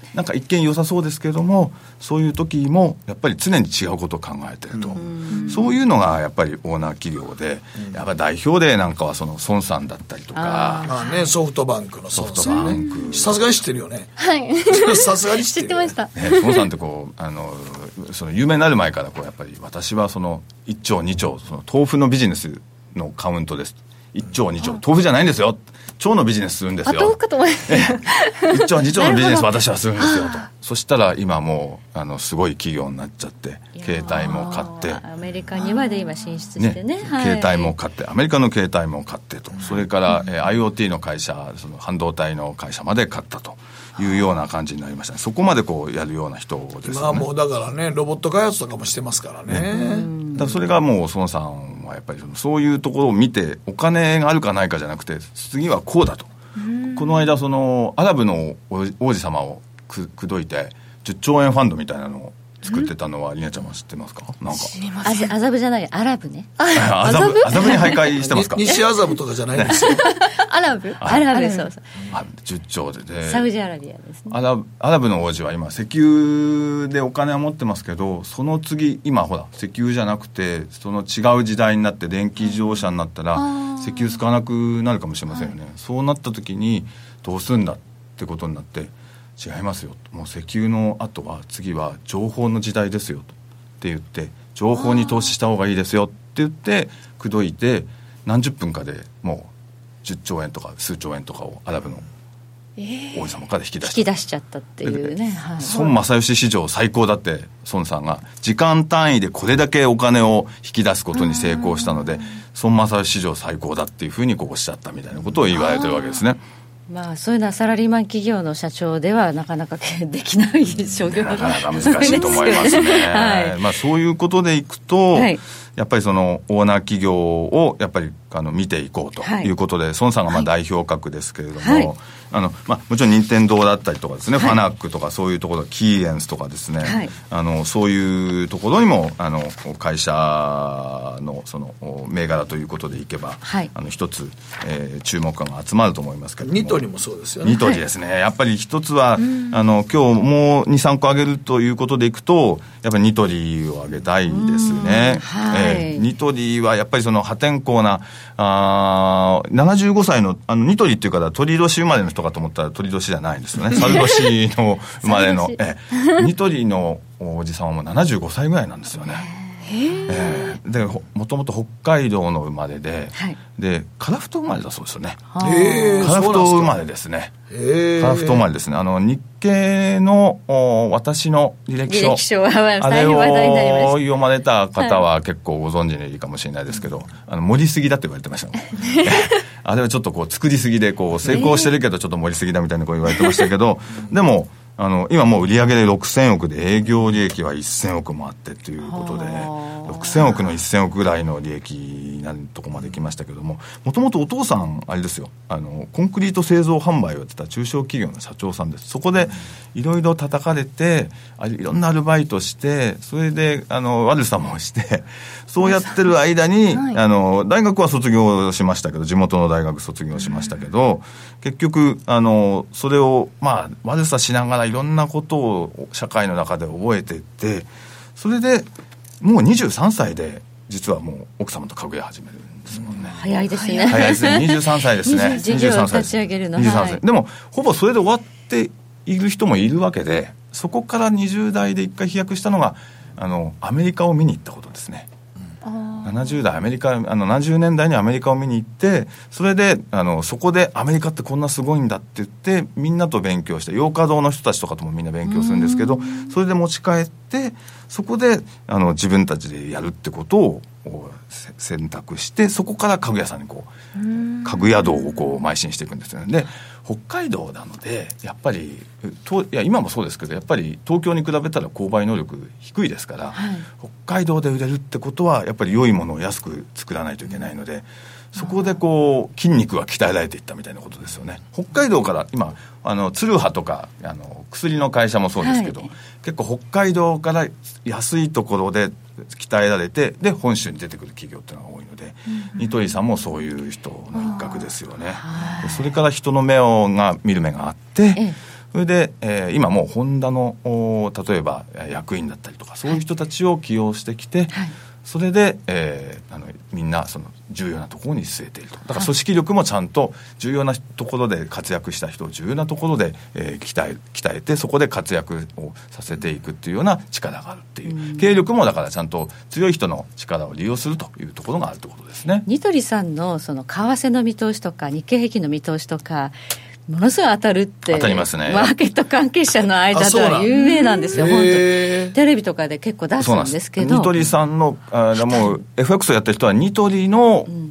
なんか一見良さそうですけれども、そういう時もやっぱり常に違うことを考えていると、うん、そういうのがやっぱりオーナー企業で、うん、やっぱり代表でなんかはその孫さんだったりとか、 まあね、ソフトバンクの孫さんね、さすがに知ってるよね。 はいさすがに知ってる、ね、 知ってました、 ね、孫さんってこうあのその有名になる前からこうやっぱり私はそのいっちょうにちょうその豆腐のビジネスのカウントです、いっちょうにちょう豆腐じゃないんですよ、腸のビジネスするんですよ、 豆腐かと思いますいっちょうにちょうのビジネス私はするんですよと。そしたら今もうあのすごい企業になっちゃって、携帯も買って、 アメリカにまで今進出してね、 ね、 はい、 携帯も買って、アメリカの携帯も買ってと、それから、うん、えー、IoT の会社、その半導体の会社まで買ったというような感じになりましたね。そこまでこうやるような人ですよね。 まあもうだからね、ロボット開発とかもしてますからね、ね、 だからそれがもう孫さんはやっぱりそのそういうところを見て、お金があるかないかじゃなくて、次はこうだと。この間そのアラブの王子様をく口説いてじゅっちょうえんファンドみたいなのを作ってたのは、りなちゃんは知ってますか？なんかアザ、アザブじゃない、アラブね。 アザブ、アザブに徘徊してますか？ 西アザブとかじゃないんですよアラブアラブ、そうそう、 じゅっちょうででサウジアラビアですね。 アラブ、アラブの王子は今石油でお金は持ってますけど、その次今ほら石油じゃなくてその違う時代になって電気自動車になったら石油使わなくなるかもしれませんよね、はい、そうなった時にどうするんだってことになって、違いますよ、もう石油の後は次は情報の時代ですよとって言って、情報に投資した方がいいですよって言って口説いて、何十分かでもうじゅっちょうえんとか数兆円とかをアラブの王子様から引き出し引き出しちゃったっていうね、はい、 孫正義史上最高だって孫さんが時間単位でこれだけお金を引き出すことに成功したので、孫正義史上最高だっていうふうにこうおっしゃったみたいなことを言われてるわけですね。 まあ、そういうのはサラリーマン企業の社長ではなかなかできない商業なかなか難しいと思いますね、はい、まあ、そういうことでいくと、はい、やっぱりそのオーナー企業をやっぱりあの見ていこうということで、はい、孫さんがまあ代表格ですけれども、はい、あのまあ、もちろん任天堂だったりとかですね、はい、ファナックとかそういうところ、キーエンスとかですね、はい、あのそういうところにもあの会社のその銘柄ということでいけば、はい、あの一つ、えー、注目感が集まると思いますけれども、 ニトリもそうですよね。 ニトリですね、はい、やっぱり一つは、うん、あの今日もう にさんこ挙げるということでいくと、やっぱりニトリを挙げたいですね、はい、えー、ニトリはやっぱりその破天荒なあななじゅうごさい の, あのニトリっていう方、鳥年生まれの人かと思ったら鳥年じゃないんですよね、猿年の生まれのえニトリのおじさんはもうななじゅうごさいぐらいなんですよね。えー、でもともと北海道の生まれで、はい、で樺太生まれだそうですよね。樺太生まれですね。樺太生まれですね。あの日経の私の履歴書、 履歴書はあれを読まれた方は結構ご存知でいいかもしれないですけど、はい、あの盛りすぎだって言われてましたあれはちょっとこう作りすぎでこう成功してるけどちょっと盛りすぎだみたいなこと言われてましたけどでもあの今もう売上でろくせんおくで営業利益はせんおくもあってということで、ろくせんおくのせんおくぐらいの利益になるとこまで来ましたけども、もともとお父さんあれですよ、あのコンクリート製造販売をやってた中小企業の社長さんです。そこでいろいろ叩かれて、あいろんなアルバイトして、それであの悪さもしてそうやってる間に、はい、あの大学は卒業しましたけど、地元の大学卒業しましたけど、結局あのそれをまあ悪さしながらいろんなことを社会の中で覚えていって、それでもうにじゅうさんさいで実はもう奥様と家具屋始めるんですもんね。 早いですね。 早いですね。にじゅうさんさいですね。 事業を立ち上げるの。 にじゅうさんさい、はい、でもほぼそれで終わっている人もいるわけで、そこからにじゅうだいで一回飛躍したのがあのアメリカを見に行ったことですね。ななじゅうだいアメリカ、あのななじゅうねんだいにアメリカを見に行って、それであのそこでアメリカってこんなすごいんだって言ってみんなと勉強して、洋華堂の人たちとかともみんな勉強するんですけど、それで持ち帰ってそこであの自分たちでやるってことを選択して、そこから家具屋さんにこう家具屋道をこう邁進していくんですよね。で北海道なのでやっぱりといや今もそうですけど、やっぱり東京に比べたら購買能力低いですから、はい、北海道で売れるってことはやっぱり良いものを安く作らないといけないので、そこでこう筋肉が鍛えられていったみたいなことですよね。北海道から今あのツルハとかあの薬の会社もそうですけど、はい、結構北海道から安いところで鍛えられて、で本州に出てくる企業っていうのが多いので、うん、ニトリさんもそういう人の一角ですよね。それから人の目をが見る目があって、 それで、えー、今もうホンダの例えば役員だったりとかそういう人たちを起用してきて、はい、それで、えー、あのみんなその重要なところに据えていると。だから組織力もちゃんと重要なところで活躍した人を重要なところで、えー、鍛え、鍛えてそこで活躍をさせていくっていうような力があるっていう、うん、経営力もだからちゃんと強い人の力を利用するというところがあるということですね。 ニトリさんのその為替の見通しとか日経平均の見通しとかものすごい当たるって当たりますね。 マーケット関係者の間では有名なんですよ。本当テレビとかで結構出すんですけど、 ニトリさんのあもう エフエックス をやってる人はニトリの、うん、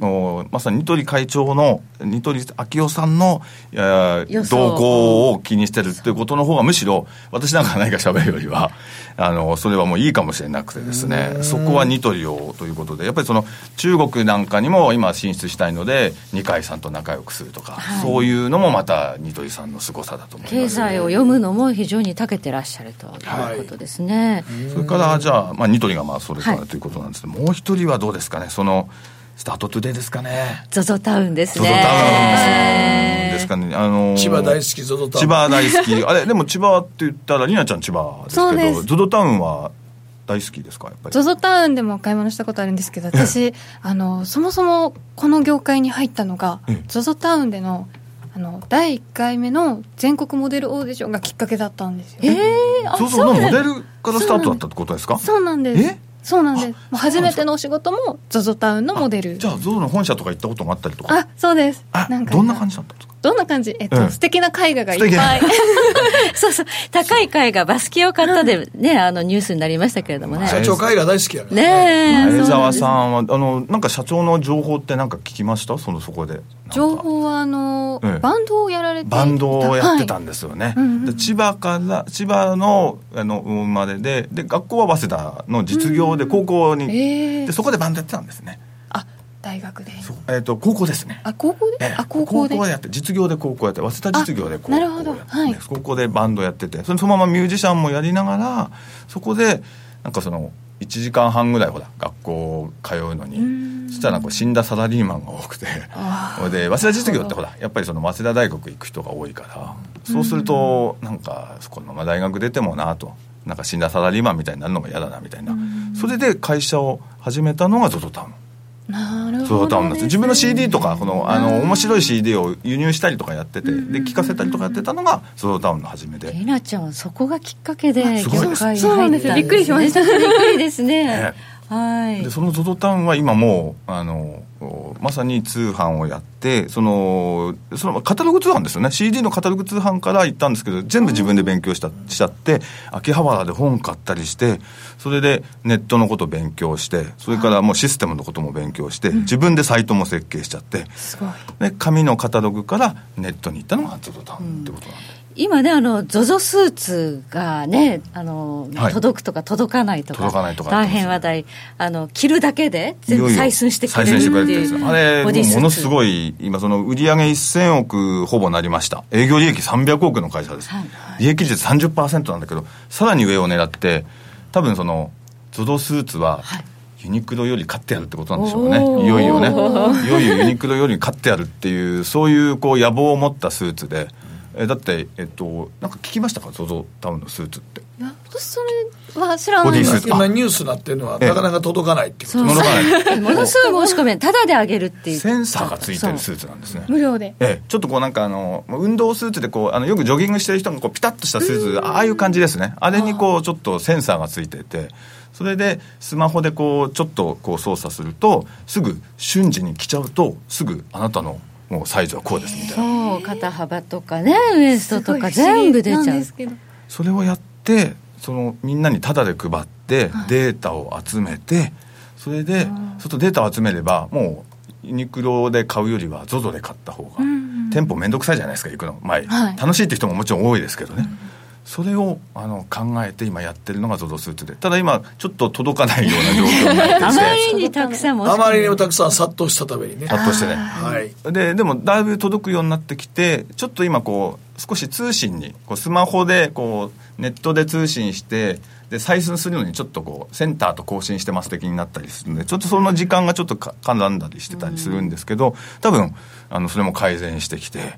まさにニトリ会長のニトリ秋夫さんの動向を気にしてるっていうことの方がむしろ私なんか何か喋るよりはあのそれはもういいかもしれなくてですね、そこはニトリをということでやっぱりその中国なんかにも今進出したいので二階さんと仲良くするとか、はい、そういうのもまたニトリさんの凄さだと思います。 経済を読むのも非常に長けてらっしゃるということですね、 はい、それからじゃあ、まあ、ニトリがまあそれからということなんですけど、はい、もう一人はどうですかね。そのスタートトゥデイですかね。 ゾゾ タウンですね。 ゾゾ タウンですかね。あのー、 千葉大好き ゾゾ タウン。 千葉大好きあれでも千葉って言ったらりなちゃん千葉ですけど ゾゾ タウンは大好きですか。やっぱりゾゾ タウンでも買い物したことあるんですけど、私あのそもそもこの業界に入ったのが ゾゾ タウンでのあのだいいっかいめの全国モデルオーディションがきっかけだったんですよ。 えー、 ゾゾ のモデルからスタートだったってことですか。 そうなんです。 えそうなんです。もう初めてのお仕事も ゾゾ タウンのモデル。 じゃあ ゾゾ の本社とか行ったこともあったりとか。 あ、そうです。 なんかどんな感じだったんですか。 どんな感じ、えっと、うん、素敵な絵画がいっぱいそうそう、高い絵画バスキアを買ったでね、あのニュースになりましたけれどもね。 社長絵画大好きやね。ね前澤さんはあのなんか社長の情報ってなんか聞きました。そのそこで情報はあの、ええ、バンドをやられていた。 バンドをやってたんですよね、はい、うんうん、で千葉から千葉のあの生まれで、で学校は早稲田の実業で高校に、うん、えー、でそこでバンドやってたんですね。 あ、大学で。 そう、えー、と高校ですね。 あ、高校で、 えー、 あ、高校で高校でやって実業で高校やって早稲田実業で高校やって、なるほど、 はい、 高校でバンドやってて、そのままミュージシャンもやりながらそこでなんかそのいちじかんはんぐらいほら学校通うのに、そしたらなんか死んだサラリーマンが多くてで早稲田実業ってほらやっぱりその早稲田大学行く人が多いから、そうするとなんかそこのまま大学出てもなと、なんか死んだサラリーマンみたいになるのが嫌だなみたいな、それで会社を始めたのが ゾゾ タウン。 なるほど、ね、 自分の シーディー とかこのあの面白い シーディー を輸入したりとかやってて、で聴かせたりとかやってたのが ゾゾ タウンの初めで。 りなちゃんはそこがきっかけで業界に入ったんです。 そうなんですよ。びっくりしました。 びっくりですね、ね、はい。 でその ゾゾ タウンは今もうあのまさに通販をやってそのそのカタログ通販ですよね。 シーディー のカタログ通販から行ったんですけど、全部自分で勉強したしちゃって、秋葉原で本買ったりして、それでネットのことを勉強して、それからもうシステムのことも勉強して、うん、自分でサイトも設計しちゃって、 すごい。 で紙のカタログからネットに行ったのが ゾゾ タウンってことなんで、 うん、今ねあの ゾゾ スーツがねあの、はい、届くとか届かないとか届かないとか大変話題、あの着るだけで全部採寸してくれるっていう、 あれものすごい今その売上せんおくほぼなりました。営業利益さんびゃくおくの会社です、はい、利益率 さんじゅっパーセント なんだけど、さらに上を狙って多分その ゾゾ スーツは、はい、ユニクロより勝ってやるってことなんでしょうね。いよいよねいよいよユニクロより勝ってやるっていうそういうこう野望を持ったスーツで、えだって、えっと、なんか聞きましたか ゾゾ タウンのスーツって。 いや私それは知らないんですけど、 今ニュースになってるのはなかなか届かないっていうことです。 届かないものすごい申し込みタダであげるっていうセンサーがついてるスーツなんですね。 無料で、 ええ、ちょっとこうなんかあの運動スーツでこうあのよくジョギングしてる人がこうピタッとしたスーツ、ああいう感じですね。あれにこうちょっとセンサーがついてて、それでスマホでこうちょっとこう操作するとすぐ瞬時に着ちゃうとすぐあなたのもうサイズはこうですみたいな、そう肩幅とかねウエストとか全部出ちゃう。 それをやってそのみんなにタダで配ってデータを集めて、それでそうするとデータを集めればもうユニクロで買うよりは ゾゾ で買った方が、うん、店舗めんどくさいじゃないですか行くの前、はい、楽しいって人ももちろん多いですけどね、うん、それをあの考えて今やってるのが ゾゾ スーツで、ただ今ちょっと届かないような状況になっててあまりにたくさんもあまりにもたくさん殺到したためにね殺到してね、 はい、 で, でもだいぶ届くようになってきて、ちょっと今こう少し通信にこうスマホでこうネットで通信してで採寸するのにちょっとこうセンターと交信してます的になったりするので、ちょっとその時間がちょっとか絡んだりしてたりするんですけど、多分あのそれも改善してきて、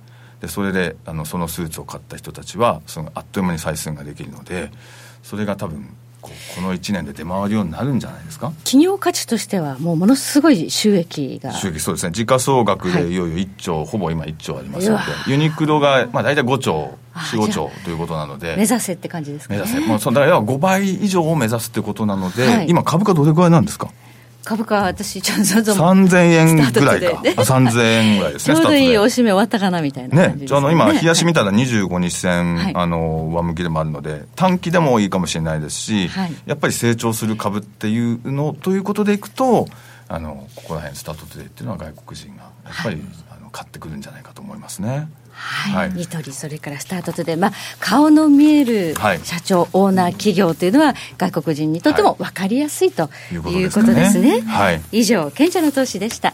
でそれであのそのスーツを買った人たちはそのあっという間に採寸ができるので、それが多分こうこのいちねんで出回るようになるんじゃないですか。 企業価値としてはもうものすごい収益が収益、そうですね、時価総額でいよいよいっちょう、はい、ほぼ今いっちょうありますので、ユニクロがまあ大体ごちょう、よん、ごちょうということなので、 目指せって感じですかね。 目指せ、もうそだからごばい以上を目指すってことなので、はい、今株価どれくらいなんですか。 株価は私ちょっとさんぜんえんぐらいか、あさんぜんえんぐらいですね。 ちょうどいいおしめ終わったかなみたいな感じですね。 ね、あの今冷やし見たらにじゅうごにち線、はい、あの上向きでもあるので短期でもいいかもしれないですし、はい、やっぱり成長する株っていうのということでいくと、あのここら辺スタートトゥデイっていうのは外国人がやっぱり、はい、あの買ってくるんじゃないかと思いますね。 はい、ニトリ、それからスタートトゥデイ、まあ、顔の見える社長、はい、オーナー企業というのは外国人にとっても分かりやすいということですね。はい、以上、賢者の投資でした。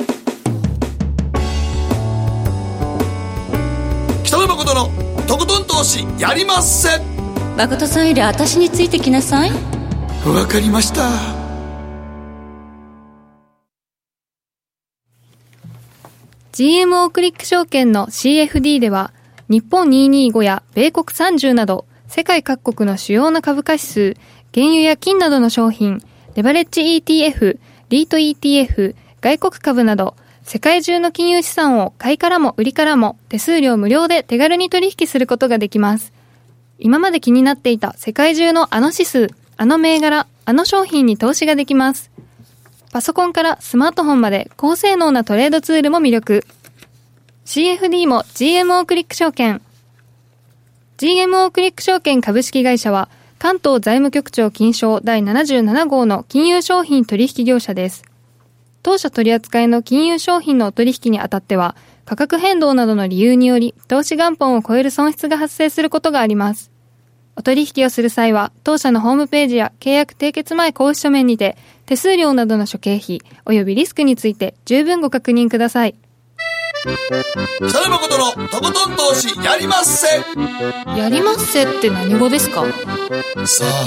北野誠のとことん投資やりまっせ。 誠さんより私についてきなさい。 わかりました。 ジーエムオー クリック証券の シーエフディー では、日本にひゃくにじゅうごや米国さんじゅうなど、世界各国の主要な株価指数、原油や金などの商品、レバレッジ イーティーエフ、リート イーティーエフ、外国株など、世界中の金融資産を買いからも売りからも手数料無料で手軽に取引することができます。今まで気になっていた世界中のあの指数、あの銘柄、あの商品に投資ができます。パソコンからスマートフォンまで高性能なトレードツールも魅力。シーエフディー も ジーエムオー クリック証券。ジーエムオー クリック証券株式会社は関東財務局長金賞だいななじゅうなな号の金融商品取引業者です。当社取扱いの金融商品のお取引にあたっては価格変動などの理由により投資元本を超える損失が発生することがあります。お取引をする際は当社のホームページや契約締結前交付書面にて手数料などの諸経費及びリスクについて十分ご確認ください。 北野誠のとことん投資やりまっせ。 やりまっせって何語ですか。 さあ、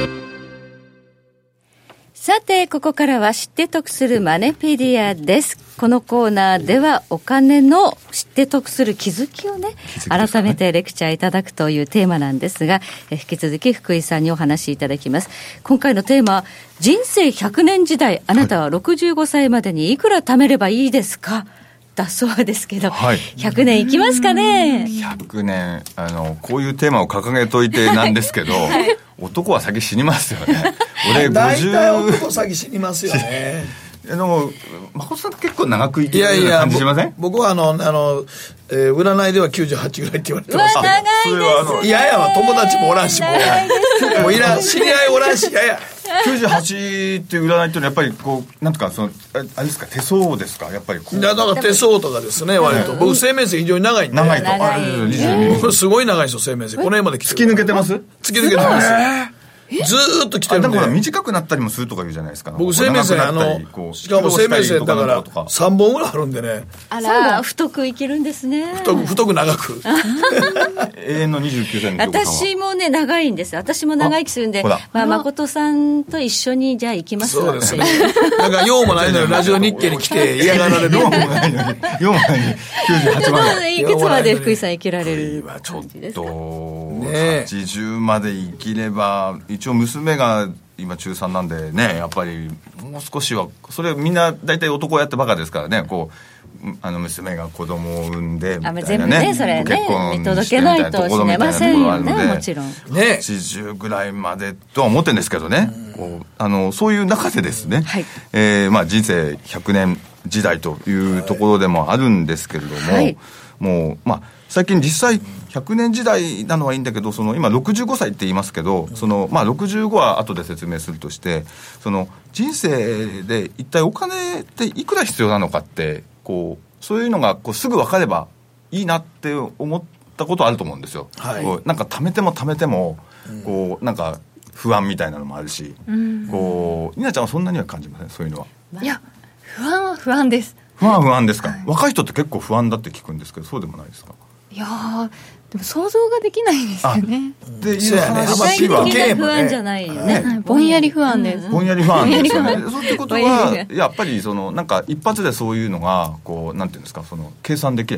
さてここからは知って得するマネペディアです。このコーナーではお金の知って得する気づきをね、改めてレクチャーいただくというテーマなんですが、引き続き福井さんにお話しいただきます。今回のテーマ、人生ひゃくねん時代、あなたはろくじゅうごさいまでにいくら貯めればいいですか、だそうですけど、はい、ひゃくねんいきますかね。 ひゃくねん、あのこういうテーマを掲げといてなんですけど、はい、男は先死にますよね。俺ごじゅう大体男先死にますよね。 でも誠さん結構長く生きてるような感じしません？ いやいや、僕はあのあの、えー、占いではきゅうじゅうはちぐらいって言われてますけど、 長いですね。 いやいや、友達もおらんし、もうもういらん、知り合いおらんし、いやいやきゅうじゅうはちっていう占いっていうのはやっぱりこうなんとかそのあれですか、手相ですか、やっぱりこう。 いやだから手相とかですね、割と僕生命線非常に長いんで。 長いと長い、僕すごい長いですよ、生命線。この辺まで来てる。 突き抜けてます？ 突き抜けてます。ずーっと来てるんで。 だから短くなったりもするとか言うじゃないですか。 僕生命線あのしかも生命線だからさんぼんぐらいあるんでね。 あら、太くいけるんですね。 太く太く長く。 永遠のにじゅうきゅうさいの私もね長いんです。私も長生きするんで、まあ誠さんと一緒にじゃあ行きます。 そうですね。なんか用もないのにラジオ日経に来て嫌がられる。 用もないのに用もないのにきゅうじゅうはちまで。 いくつまで福井さん生きられる感じですか？ ちょっとはちじゅうまで生きれば。一応娘が今中さんなんでね、やっぱりもう少しは、それみんな大体男やってバカですからね、こうあの娘が子供を産んでみたいなね、 全部ねそれね結婚見届けないと死ねませんよね、もちろんね、 はちじゅうぐらいまでとは思ってるんですけどね、こうあのそういう中でですね、はい、えーまあ、人生ひゃくねん時代というところでもあるんですけれども、はい、もうまあ最近実際ひゃくねん時代なのはいいんだけど、その今ろくじゅうごさいって言いますけど、そのまあろくじゅうごは後で説明するとして、その人生で一体お金っていくら必要なのかって、こうそういうのがこうすぐ分かればいいなって思ったことあると思うんですよ、はい、こうなんか貯めても貯めてもこうなんか不安みたいなのもあるし、うん、こう稲ちゃんはそんなには感じません？そういうのは。 いや、不安は不安です。 不安は不安ですか、はい、若い人って結構不安だって聞くんですけど、そうでもないですか？ いやー、でも想像ができないですよね。 でいう話は具体的な不安じゃないよね、 はい、ぼんやり不安です、 ぼんやり不安ですよね。そういうことはやっぱりそのなんか一発でそういうのがこうなんていうんですか、その計算できれば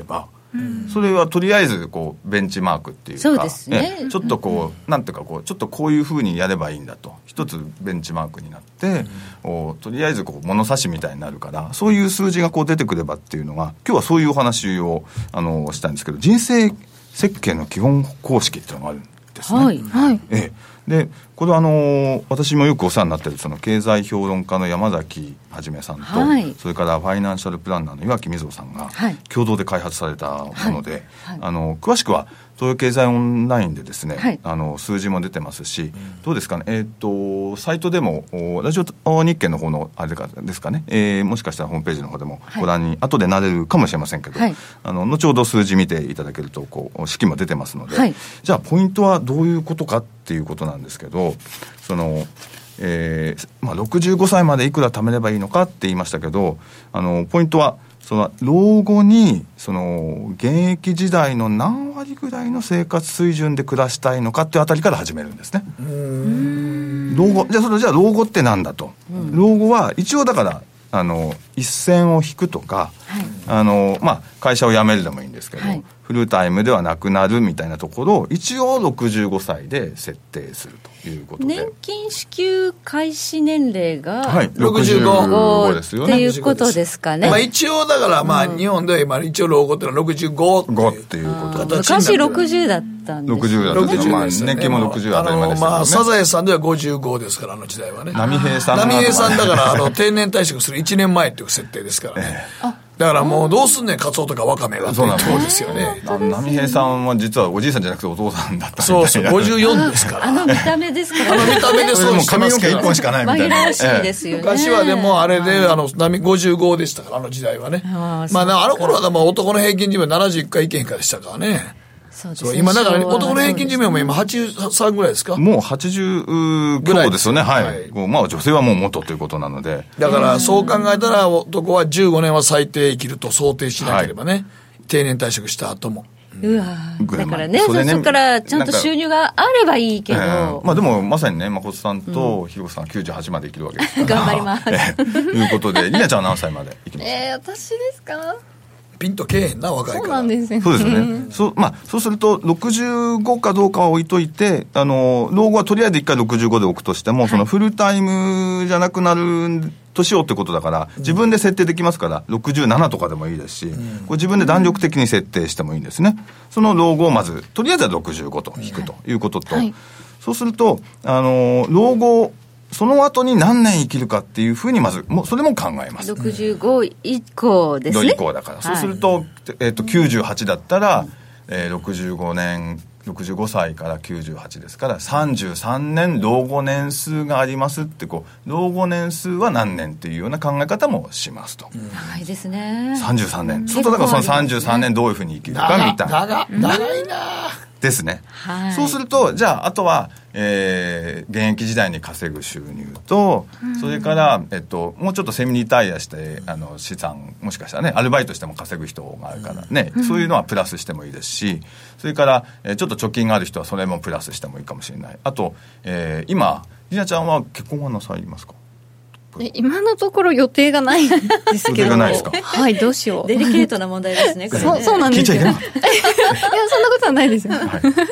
うん、それはとりあえずこうベンチマークっていうか、 そうですね、 ちょっとこう、うん、なんていうかこうちょっとこういうふうにやればいいんだと一つベンチマークになって、うん、とりあえずこう物差しみたいになるから、そういう数字がこう出てくればっていうのが、今日はそういうお話をあのしたんですけど、人生設計の基本公式っていうのがあるんですね。 はいはい、 ええでこれはあの私もよくお世話になっているその経済評論家の山崎はじめさんと、はい、それからファイナンシャルプランナーの岩木瑞穂さんが共同で開発されたもので、はいはい、あの詳しくは東洋経済オンラインでですね、はい、あの数字も出てますし、うん、どうですかね、えー、とサイトでもラジオ日経の方のあれですかね、えー、もしかしたらホームページの方でもご覧に、はい、後でなれるかもしれませんけど、はい、あの後ほど数字見ていただけるとこう式も出てますので、はい、じゃあポイントはどういうことかっていうことなんですけど、そのえーまあ、ろくじゅうごさいまでいくら貯めればいいのかって言いましたけど、あのポイントはその老後にその現役時代の何割ぐらいの生活水準で暮らしたいのかっていうあたりから始めるんですね。うーん老後じゃあそれじゃあ老後ってなんだと、うん、老後は一応だからあの一線を引くとか、はい、あのまあ、会社を辞めるでもいいんですけど、はい、フルタイムではなくなるみたいなところを一応ろくじゅうごさいで設定するということで、 年金支給開始年齢が、 はい、ろくじゅうごですよねっていうことですかね。 まあ、一応だからまあ日本では今一応老後っていうのはろくじゅうごっていうっていうことで、 昔ろくじゅうだったんです。 ろくじゅうだったんです、まあ、年金もろくじゅう当たり前ですよね。 まあサザエさんではごじゅうごですから、あの時代はね。 波平さん波平さんだからあの定年退職するいちねんまえっていう設定ですからね、えー、だからもうどうすんねんカツオとかワカメがっていうところですよね。 波平さんは実はおじいさんじゃなくてお父さんだったみたいな。 そうそうごじゅうよんですから。 あの見た目ですから、 ね、あの見た目でそうしてますけど髪の毛いっぽんしかないみたいな。 紛らわしいですよね。 昔はでもあれであのごじゅうごでしたから、あの時代はね。あ、まあ、あの頃はもう男の平均寿命ななじゅういっかいいけへんかでしたからね。そうですね、そう今だから、ね、男の平均寿命も今はちじゅうさんぐらいですか。 もうはちじゅうぐらいですよね。はい、はい、まあ女性はもう元ということなので、 だからそう考えたら男はじゅうごねんは最低生きると想定しなければね、はい、定年退職した後も、 うわだからね、そこからちゃんと収入があればいいけど、えー、 まあ、でもまさにね誠さんとひろこさんはきゅうじゅうはちまで生きるわけですから頑張りますと、 えー、いうことでりなちゃんは何歳まで生きますか。 えー、私ですか。 ピンとけえへんな、若いから。 そうなんですよ。 そうですね。そう、まあ、そうすると、ろくじゅうごかどうかは置いといて、あの、老後はとりあえずいっかいろくじゅうごで置くとしても、はい、そのフルタイムじゃなくなる年をってことだから、自分で設定できますから、ろくじゅうななとかでもいいですし、うん、これ自分で弾力的に設定してもいいんですね。その老後をまず、とりあえずはろくじゅうごと引くということと、はいはい、そうすると、あの、老後、その後に何年生きるかっていうふうにまずもうそれも考えます。 ろくじゅうご以降ですね。 以降だから、はい、そうすると、えー、ときゅうじゅうはちだったら、うんえー、ろくじゅうごねんろくじゅうごさいからきゅうじゅうはちですからさんじゅうさんねん老後年数がありますって、こう老後年数は何年っていうような考え方もしますと、うん、 長いですね。 さんじゅうさんねん、うん、そうするとだからそのさんじゅうさんねんどういうふうに生きるかみたいな長い長いなですね、 はい、 そうするとじゃああとは、えー、現役時代に稼ぐ収入と、うん、それから、えっと、もうちょっとセミリタイアしてあの資産もしかしたらねアルバイトしても稼ぐ人があるからね、うん、そういうのはプラスしてもいいですし、それから、えー、ちょっと貯金がある人はそれもプラスしてもいいかもしれない。あと、えー、今りなちゃんは結婚はなさいますか。 今のところ予定がないんですけど。予定がないですか。はい、どうしよう。 デリケートな問題ですね。これねそう、そうなんですよ。聞いちゃいけなかった。いや、そんなことはないですよ。はい。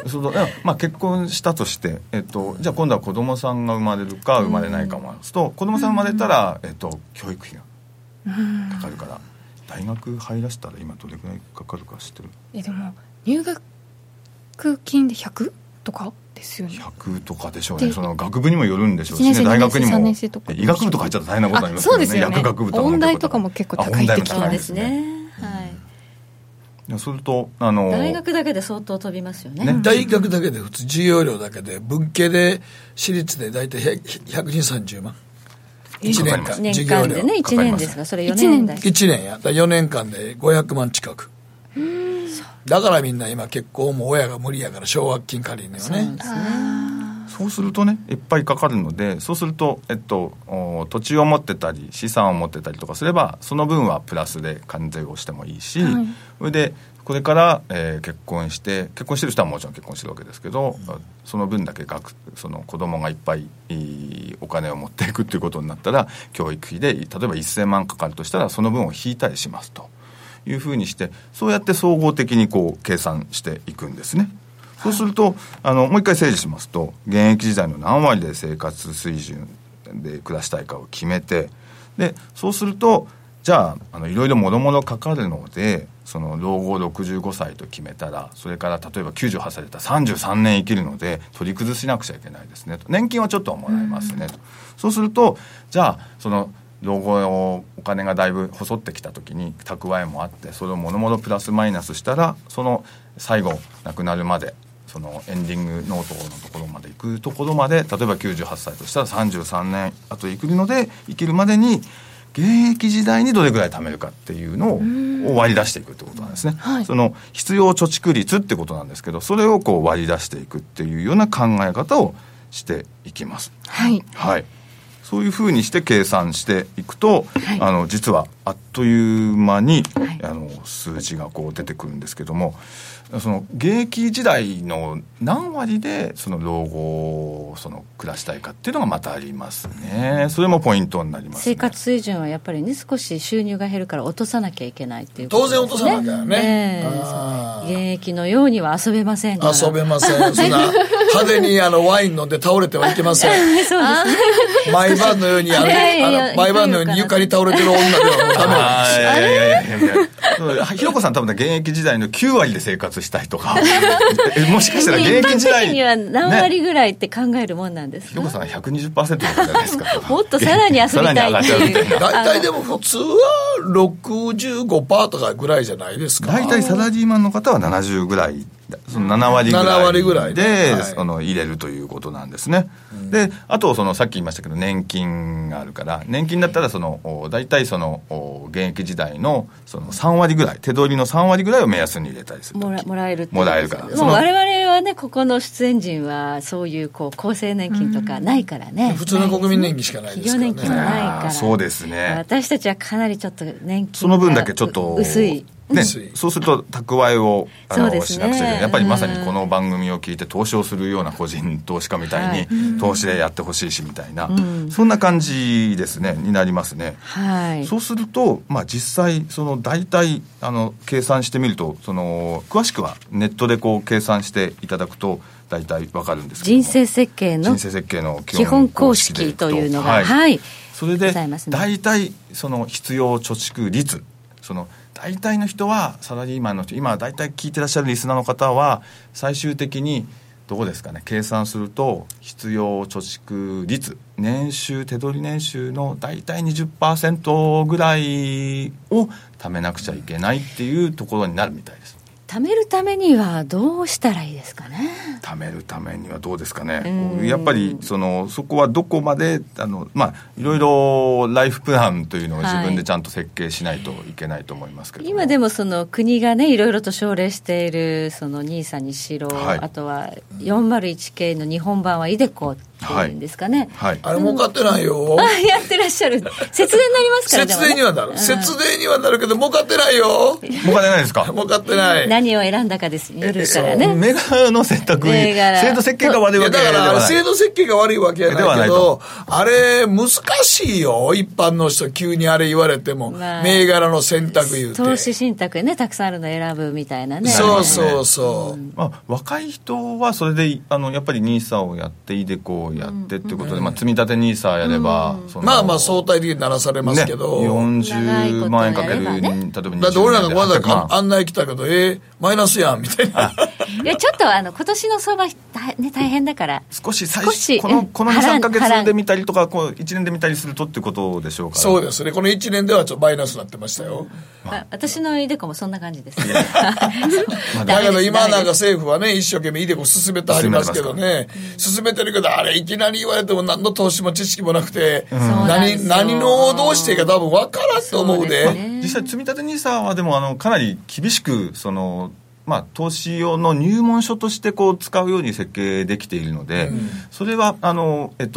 そうだ、まあ、結婚したとして、えっと、じゃあ今度は子供さんが生まれるか生まれないかもあると、子供さん生まれたら、えっと、教育費がかかるから、大学入らせたら今どれくらいかかるか知ってる？ え、でも、入学金でひゃくとかですよね。 ひゃくとかでしょうね。その学部にもよるんでしょうしね。大学にも医学部とか入っちゃったら大変なことになりますけどね。 そうですよね。 薬学部とか音大とかも結構高いって聞きますね。 はい。するとあの大学だけで相当飛びますよね。 ね、大学だけで普通授業料だけで文系で私立で大体ひゃくにじゅうさんじゅうまん。いちねんかん授業料でねいちねんですが、それよねんだいちねんやだよねんかんでごひゃくまん近く。うん、だからみんな今結構もう親が無理やから奨学金借りるのよね。そうですね。 そうするとねいっぱいかかるので、そうすると、えっと、土地を持ってたり資産を持ってたりとかすればその分はプラスで関税をしてもいいし、はい、それでこれから、えー、結婚して結婚してる人はもちろん結婚してるわけですけど、うん、その分だけ学その子供がいっぱいお金を持っていくっていうことになったら教育費で例えばせんまんかかるとしたらその分を引いたりしますというふうにして、そうやって総合的にこう計算していくんですね。そうすると、あのもう一回整理しますと、現役時代の何割で生活水準で暮らしたいかを決めて、でそうするとじゃあ、あのいろいろもろもろかかるので、その老後ろくじゅうごさいと決めたら、それから例えばきゅうじゅうはっさいだったらさんじゅうさんねん生きるので取り崩しなくちゃいけないですねと、年金はちょっとはもらえますねと、うん、そうするとじゃあその老後お金がだいぶ細ってきた時に蓄えもあって、それをもろもろプラスマイナスしたら、その最後亡くなるまで、そのエンディングノートのところまで行くところまで、例えばきゅうじゅうはっさいとしたらさんじゅうさんねんあと生きるので、生きるまでに現役時代にどれぐらい貯めるかっていうのを割り出していくってことなんですね、はい、その必要貯蓄率ってことなんですけど、それをこう割り出していくっていうような考え方をしていきます。 はい、 はい、そういうふうにして計算していくと、はい、あの実はあっという間に、はい、あの数字がこう出てくるんですけども、その現役時代の何割でその老後をその暮らしたいかっていうのがまたありますね。それもポイントになりますね。 生活水準はやっぱりね、少し収入が減るから落とさなきゃいけないっていうことですね。当然落とさなきゃね、 えー、現役のようには遊べませんから。 遊べません。そんな派手にあのワイン飲んで倒れてはいけません。 そうですね。 毎晩のようにあのあの毎晩のように床に倒れてる女ではもうダメなんですよ。 いやいやいやいやひろこさん多分ね、現役時代のきゅうわりで生活したいとかもしかしたら現役時代一般的には何割ぐらいって考えるもんなんですか。 ひろこさんは ひゃくにじゅっパーセント じゃないですかもっとさらに遊びたいっていう大体でも普通は ろくじゅうごパーセント とかぐらいじゃないですか。 大体サラリーマンの方はななじゅうぐらい、そのななわりぐらいでななわりぐらいで、 はい、その入れるということなんですね、うん、であとそのさっき言いましたけど年金があるから、年金だったらその大体その現役時代のそのさんわりぐらい、手取りのさんわりぐらいを目安に入れたりする。 もら、もらえるってもらえるから。 もう我々はね、ここの出演陣はそういうこう厚生年金とかないからね、 うん、普通の国民年金しかないですからね。 企業年金はないから。 そうですね。 私たちはかなりちょっと年金その分だけちょっと薄いね、そうすると蓄えをあの、ね、しなくちゃいけない。やっぱりまさにこの番組を聞いて投資をするような個人投資家みたいに、はい、投資でやってほしいしみたいな、うん、そんな感じですねになりますね、 はい、 そうすると、まあ、実際その大体あの計算してみると、その詳しくはネットでこう計算していただくと大体わかるんですけども、 人生設計の人生設計の基本公式というのが、はいはい、 それで大体その必要貯蓄率、その大体の人はサラリーマンの人、今大体聞いてらっしゃるリスナーの方は最終的にどうですかね、計算すると必要貯蓄率、年収手取り年収の大体 にじゅっパーセント ぐらいを貯めなくちゃいけないっていうところになるみたいです。 貯めるためにはどうしたらいいですかね。 貯めるためにはどうですかね。やっぱりそのそこはどこまであの、まあ、いろいろライフプランというのを自分でちゃんと設計しないといけないと思いますけど、はい、 今でもその国がねいろいろと奨励しているそのニーサにしろ、はい、あとは よんまるいちケー の日本版はイデコっていうんですかね、 はいはい、あれ儲かってないよ。 あやってらっしゃる。節電になりますからね。 節電にはなる、うん、節電にはなるけど儲かってないよ。 儲かってないですか。 儲かってない。 何を選んだかですよるからね。 銘柄の選択に制度設計が悪いわけではない。 だから制度設計が悪いわけじゃないけど、あれ難しいよ。一般の人急にあれ言われても、まあ、銘柄の選択言うて投資信託ねたくさんあるの選ぶみたいなね。 そうそうそう、 うん、まあ、若い人はそれであのやっぱりニーサをやってイデコをやってっていうことで、うん、まあ、積み立てニーサやれば、 うん、まあまあ相対的にならされますけど、 ね、よんじゅうまんえんかける、ね、例えばにじゅうねんでだって俺なんかごめんなさい案内来たけどえー、マイナスやんみたいな。 いやちょっとあの今年の相場、ね、大変だから少し最初このこのにさんかげつで見たりとかこういちねんで見たりするとっていうことでしょうか。 そうですね。このいちねんではちょっとマイナスになってましたよ、 まあ、私のイデコもそんな感じです。 だけど今なんか政府はね一生懸命イデコ進めてありますけどね、進めてるけどあれいきなり言われても何の投資も知識もなくて、うん、何, 何のどうしていいか多分分からんと思う で, うで、ね、 実際積み立てニーサはでもあのかなり厳しくそのまあ、投資用の入門書としてこう使うように設計できているので、うん、それはあの、えっと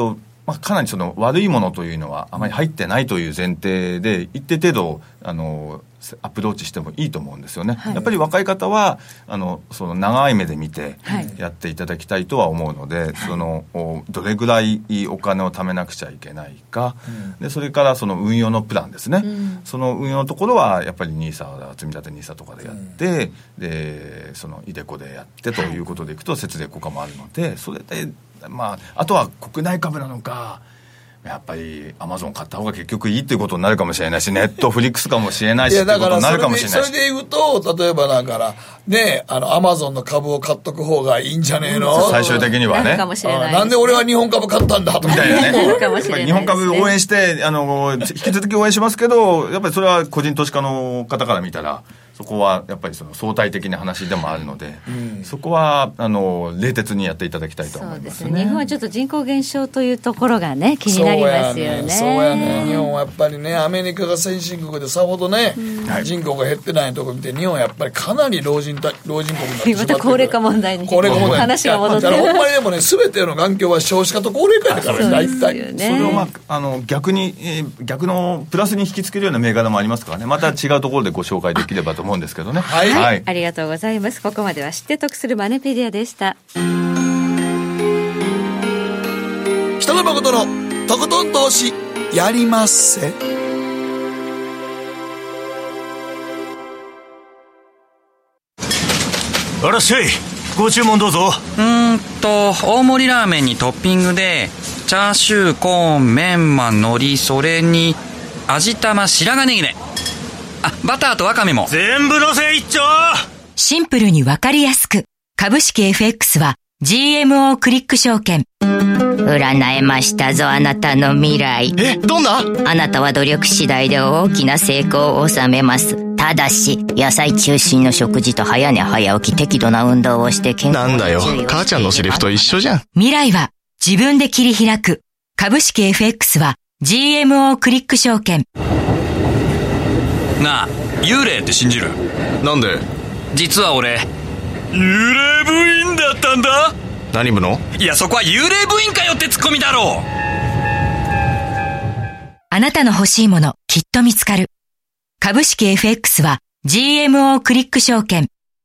まあ、かなりその悪いものというのはあまり入ってないという前提で一定程度あのアプローチしてもいいと思うんですよね、はい、やっぱり若い方はあのその長い目で見てやっていただきたいとは思うので、はい、そのどれぐらいお金を貯めなくちゃいけないか、うん、でそれからその運用のプランですね、うん、その運用のところはやっぱり ニーサ 積み立て ニーサ とかでやって、うん、でそのイデコでやってということでいくと節税効果もあるので、それでまあ、あとは国内株なのかやっぱりアマゾン買った方が結局いいっていうことになるかもしれないし、ネットフリックスかもしれないしっていうことになるかもしれないし、 それで言うと例えばだからね、あのアマゾンの株を買っとく方がいいんじゃねえの、 うん、最終的にはね、 かもしれない、 なんで俺は日本株買ったんだとみたいなねかもしれないですね。 日本株応援してあの引き続き応援しますけど、やっぱりそれは個人投資家の方から見たらそこはやっぱりその相対的な話でもあるので、うん、そこはあの冷徹にやっていただきたいと思います。 そうですね、日本はちょっと人口減少というところがね気になりますよね。 そうやね、そうやね、日本はやっぱりね、アメリカが先進国でさほどね、うん、人口が減ってないところ見て、日本はやっぱりかなり老人た老人国になってしまってる。 また高齢化問題に高齢化問題話が戻ってる。 ほんまにでもね、全ての環境は少子化と高齢化だからね、大体それを、まあ、あの逆に、えー、逆のプラスに引きつけるような銘柄もありますからね、また違うところでご紹介できればと思うんですけどね。 はい、はい、ありがとうございます。ここまでは知って得するマネペディアでした。 北野誠のとことん投資やりまっせ。 あらっしゃい、ご注文どうぞ。 うーんと大盛りラーメンにトッピングでチャーシュー、コーン、メンマ、海苔、それに味玉、白髪ネギね。あ、バターとワカメも全部のせ一丁。 シンプルにわかりやすく、株式 エフエックス は ジーエムオー クリック証券。 占えましたぞ、あなたの未来。 え、どんな？ あなたは努力次第で大きな成功を収めます。ただし野菜中心の食事と早寝早起き、適度な運動をして健康なんだよ、母ちゃんのセリフと一緒じゃん。 未来は自分で切り開く。株式 エフエックス は ジーエムオー クリック証券。 なあ、幽霊って信じる？ なんで？ 実は俺幽霊部員だったんだ。 何部の？ いや、そこは幽霊部員かよってツッコミだろう。 あなたの欲しいものきっと見つかる。株式 エフエックス は ジーエムオー クリック証券。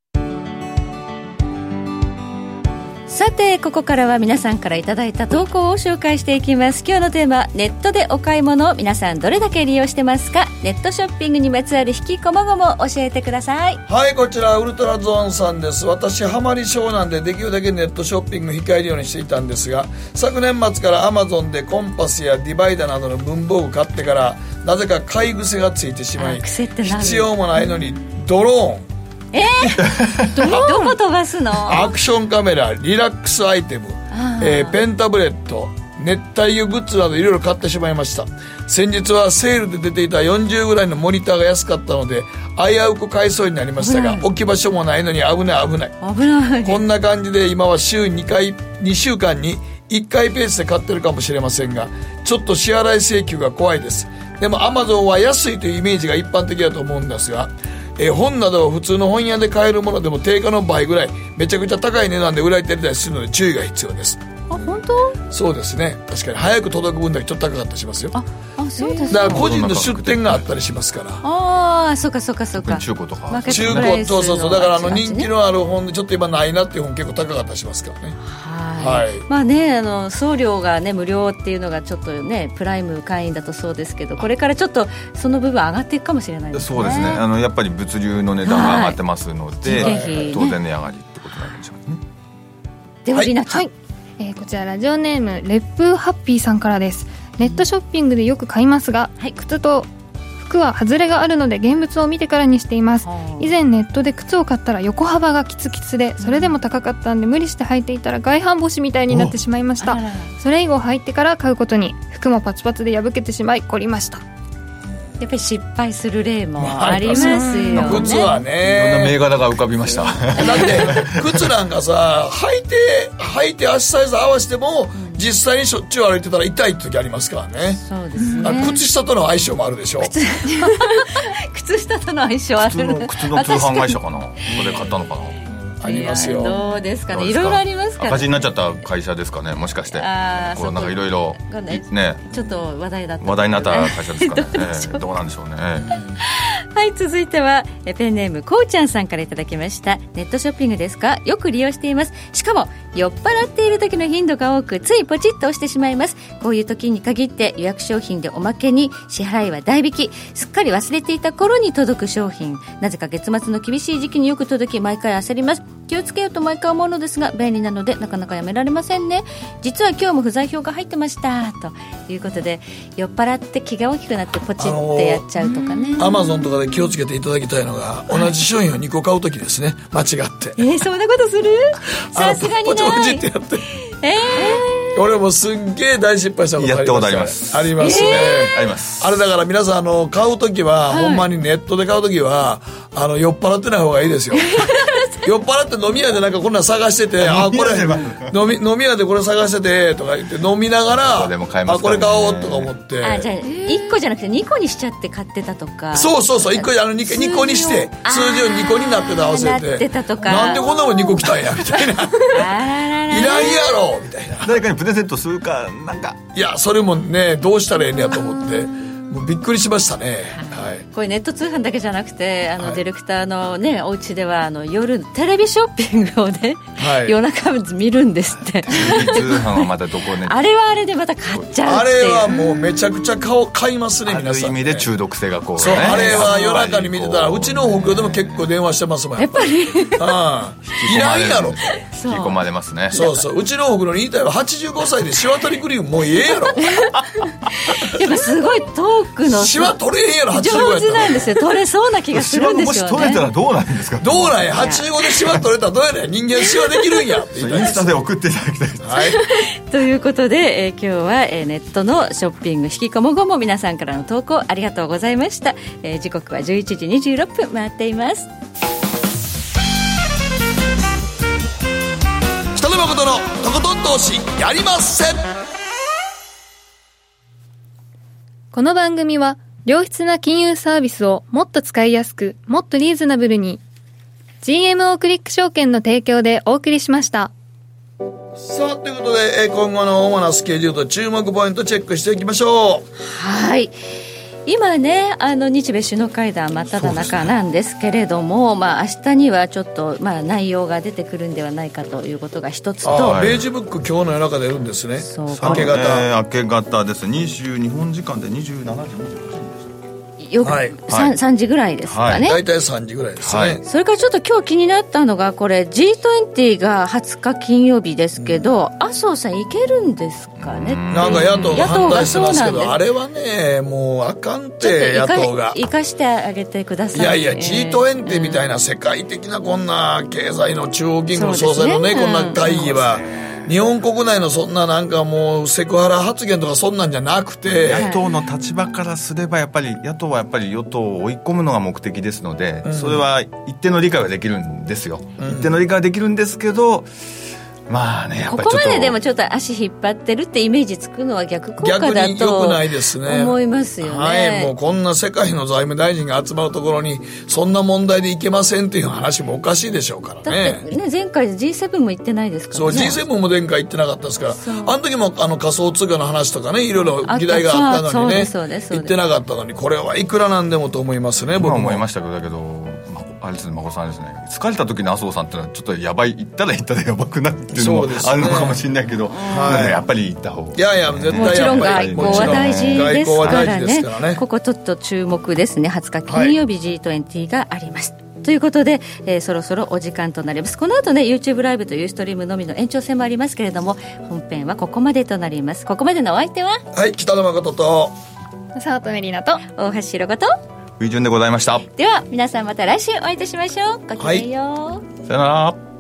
さて、ここからは皆さんからいただいた投稿を紹介していきます。今日のテーマ、ネットでお買い物、皆さんどれだけ利用してますか？ネットショッピングにまつわる引きこもごも教えてください。 はい、こちらウルトラゾーンさんです。私ハマり症なんでできるだけネットショッピング控えるようにしていたんですが、昨年末からアマゾンでコンパスやディバイダーなどの文房具買ってからなぜか買い癖がついてしまい、必要もないのにドローン、 えー、ど, どこ飛ばすの？ アクションカメラ、リラックスアイテム、えー、ペンタブレット、熱帯魚グッズなどいろいろ買ってしまいました。先日はセールで出ていたよんじゅうぐらいのモニターが安かったので危うく買いそうになりましたが、置き場所もないのに危ない危ない危ない。 こんな感じで今は週にかい、にしゅうかんにいっかいペースで買ってるかもしれませんが、ちょっと支払い請求が怖いです。でも Amazon は安いというイメージが一般的だと思うんですが、え本などは普通の本屋で買えるものでも定価の倍ぐらいめちゃくちゃ高い値段で売られていたりするので注意が必要です。 あ、本当？ そうですね、確かに早く届く分だけちょっと高かったりしますよ。 ああ、そうです。 だから個人の出店があったりしますから。 ああ、そうかそうかそうか。 中古とか中古、そうそうそう、だからあの人気のある本でちょっと今ないなっていう本結構高かったりしますからね。 はい、はい、まあね、あの送料がね無料っていうのがちょっとねプライム会員だとそうですけど、これからちょっとその部分上がっていくかもしれないですね。 そうですね、あのやっぱり物流の値段が上がってますので、はい、当然値上がりってことになるんでしょうね。 ではりなちゃん、はい、 えー、こちらラジオネームレップハッピーさんからです。ネットショッピングでよく買いますが、はい、靴と服は外れがあるので現物を見てからにしています。以前ネットで靴を買ったら横幅がキツキツでそれでも高かったんで無理して履いていたら外反母趾みたいになってしまいました。それ以後履いてから買うことに、服もパツパツで破けてしまい凝りました。 やっぱり失敗する例もありますよね。 靴はね、 いろんな銘柄が浮かびましただって靴なんかさ、履いて履いて足サイズ合わせても、うん、実際にしょっちゅう歩いてたら痛いって時ありますからね。 そうですね。 あ、靴下との相性もあるでしょ。 靴, 靴下との相性ある。 靴の、靴の通販会社かな、それ買ったのかな。 ありますよ。 どうですかね、いろいろありますから、ね、 赤字になっちゃった会社ですかね、もしかして。あこうなんかいろいろねちょっと話題だった話題になった会社ですかね。ど, えー、どうなんでしょうね。 はい、続いてはペンネームこうちゃんさんからいただきました。ネットショッピングですか？よく利用しています。しかも酔っ払っている時の頻度が多く、ついポチッと押してしまいます。こういう時に限って予約商品でおまけに支払いは代引き、すっかり忘れていた頃に届く商品、なぜか月末の厳しい時期によく届き毎回焦ります。気をつけようと毎回思うのですが便利なのでなかなかやめられませんね。実は今日も不在票が入ってましたということで、酔っ払って気が大きくなってポチってやっちゃうとかね。 アマゾンとかで気をつけていただきたいのが、同じ商品をにこ買うときですね、間違って。 えー、そんなことする？さすがにない。ポチポチってやってえー、俺もすんげえ大失敗したことあります。 やったことあります。 ありますね、 えー、あります。 あれだから皆さん、あの買うときは、はい、ほんまにネットで買うときはあの酔っ払ってない方がいいですよ。酔っ払って飲み屋でなんかこんなん探してて、あこれ飲み飲み屋でこれ探しててとか言って飲みながら、こ れ, も買えますから、ね、あこれ買おうとか思って、 あじゃあいっこじゃなくてにこにしちゃって買ってたとか。 そうそうそう、いっこあの 2, にこにして数字をにこになってた合わせて、 なってたとか、 なんでこんなもんにこ来たんやみたいな。いらんやろみたいな。 誰かにプレゼントするかなんか、 いやそれもねどうしたらええんやと思ってもうびっくりしましたね、はい、 これネット通販だけじゃなくて、あの、はい、ディレクターの、ね、お家ではあの夜テレビショッピングをね、はい、夜中見るんですって。 テレビ通販はまたどこね。 あれはあれでまた買っちゃうっていう。 あれはもうめちゃくちゃ顔買いますね、皆さんね。 ある意味で中毒性がこう、ね、 そうあれは夜中に見てたらうちの北京でも結構電話してますもんやっぱりああいらんやろ引き込まれますね。 そうそう、うちの北京に言いたいわ、はちじゅうごさいでシワ取りクリームもうええやろ。 やっぱすごいトークのシワ取れへんやろ、はちじゅうごやったら。 上手なんですよ、取れそうな気がするんですよね。 シワもし取れたらどうなんですか。 どうなんや、はちじゅうごでシワ取れたらどうやねん、人間シワできるんやって言いたいインスタで送っていただきたいです、 はい、 ということで、えー、今日は、えー、ネットのショッピング引きこもごも皆さんからの投稿ありがとうございました、えー、時刻はじゅういちじにじゅうろっぷん回っています。 北野誠のとことん投資やりません。 この番組は良質な金融サービスをもっと使いやすく、もっとリーズナブルに ジーエムオー クリック証券の提供でお送りしました。 さあということで、今後の主なスケジュールと注目ポイントチェックしていきましょう。 はい、今ね、あの日米首脳会談真っ只中なんですけれども、ね、まあ、明日にはちょっと、まあ、内容が出てくるんではないかということが一つと、 あベージュブック今日の夜中出るんですね。 そう明け方、 ね、明け方です。にじゅう日本時間でにじゅうしちじにじゅうはちふんよく、はい、3, さんじぐらいですかね、 だいたいさんじぐらいですね、はい、 それからちょっと今日気になったのがこれ ジートゥエンティー がはつか金曜日ですけど、うん、麻生さんいけるんですかね。 なんか野党が反対してますけど、あれはねもうあかんて、野党が生かしてあげてください。 いやいや ジートゥエンティー みたいな世界的なこんな経済の中央銀行総裁の ね, ねこんな会議は、日本国内のそんななんかもうセクハラ発言とかそんなんじゃなくて、 野党の立場からすればやっぱり野党はやっぱり与党を追い込むのが目的ですので、うん、それは一定の理解はできるんですよ、うん、一定の理解はできるんですけど、まあね、やっぱりちょっとここまででもちょっと足引っ張ってるってイメージつくのは逆効果だと逆に良くないですね、 思いますよね。 はい、もうこんな世界の財務大臣が集まるところにそんな問題でいけませんっていう話もおかしいでしょうからね。 だってね、前回 ジーセブン も行ってないですからね。 そう ジーセブン も前回行ってなかったですから、あの時もあの仮想通貨の話とかねいろいろ議題があったのにね行ってなかったのに、これはいくらなんでもと思いますね。僕も思いましたけど、だけどあれですね、孫さんですね、疲れた時の麻生さんってのはちょっとやばい、言ったら言ったらやばくなるっていうのもあるのかもしれないけど、はい、やっぱり言った方が、 いやいや絶対もちろん外交は大事ですからね、 からね、 ここちょっと注目ですね。はつか金曜日 ジートゥエンティー があります、はい、ということで、えー、そろそろお時間となります。この後ね YouTube ライブとユーストリームのみの延長戦もありますけれども、本編はここまでとなります。ここまでのお相手は、 はい、北野誠と佐藤メリーナと大橋ひろ子とウィジュンでございました。 では皆さんまた来週お会いいたしましょう。ごきげんよう、 はい、さよなら。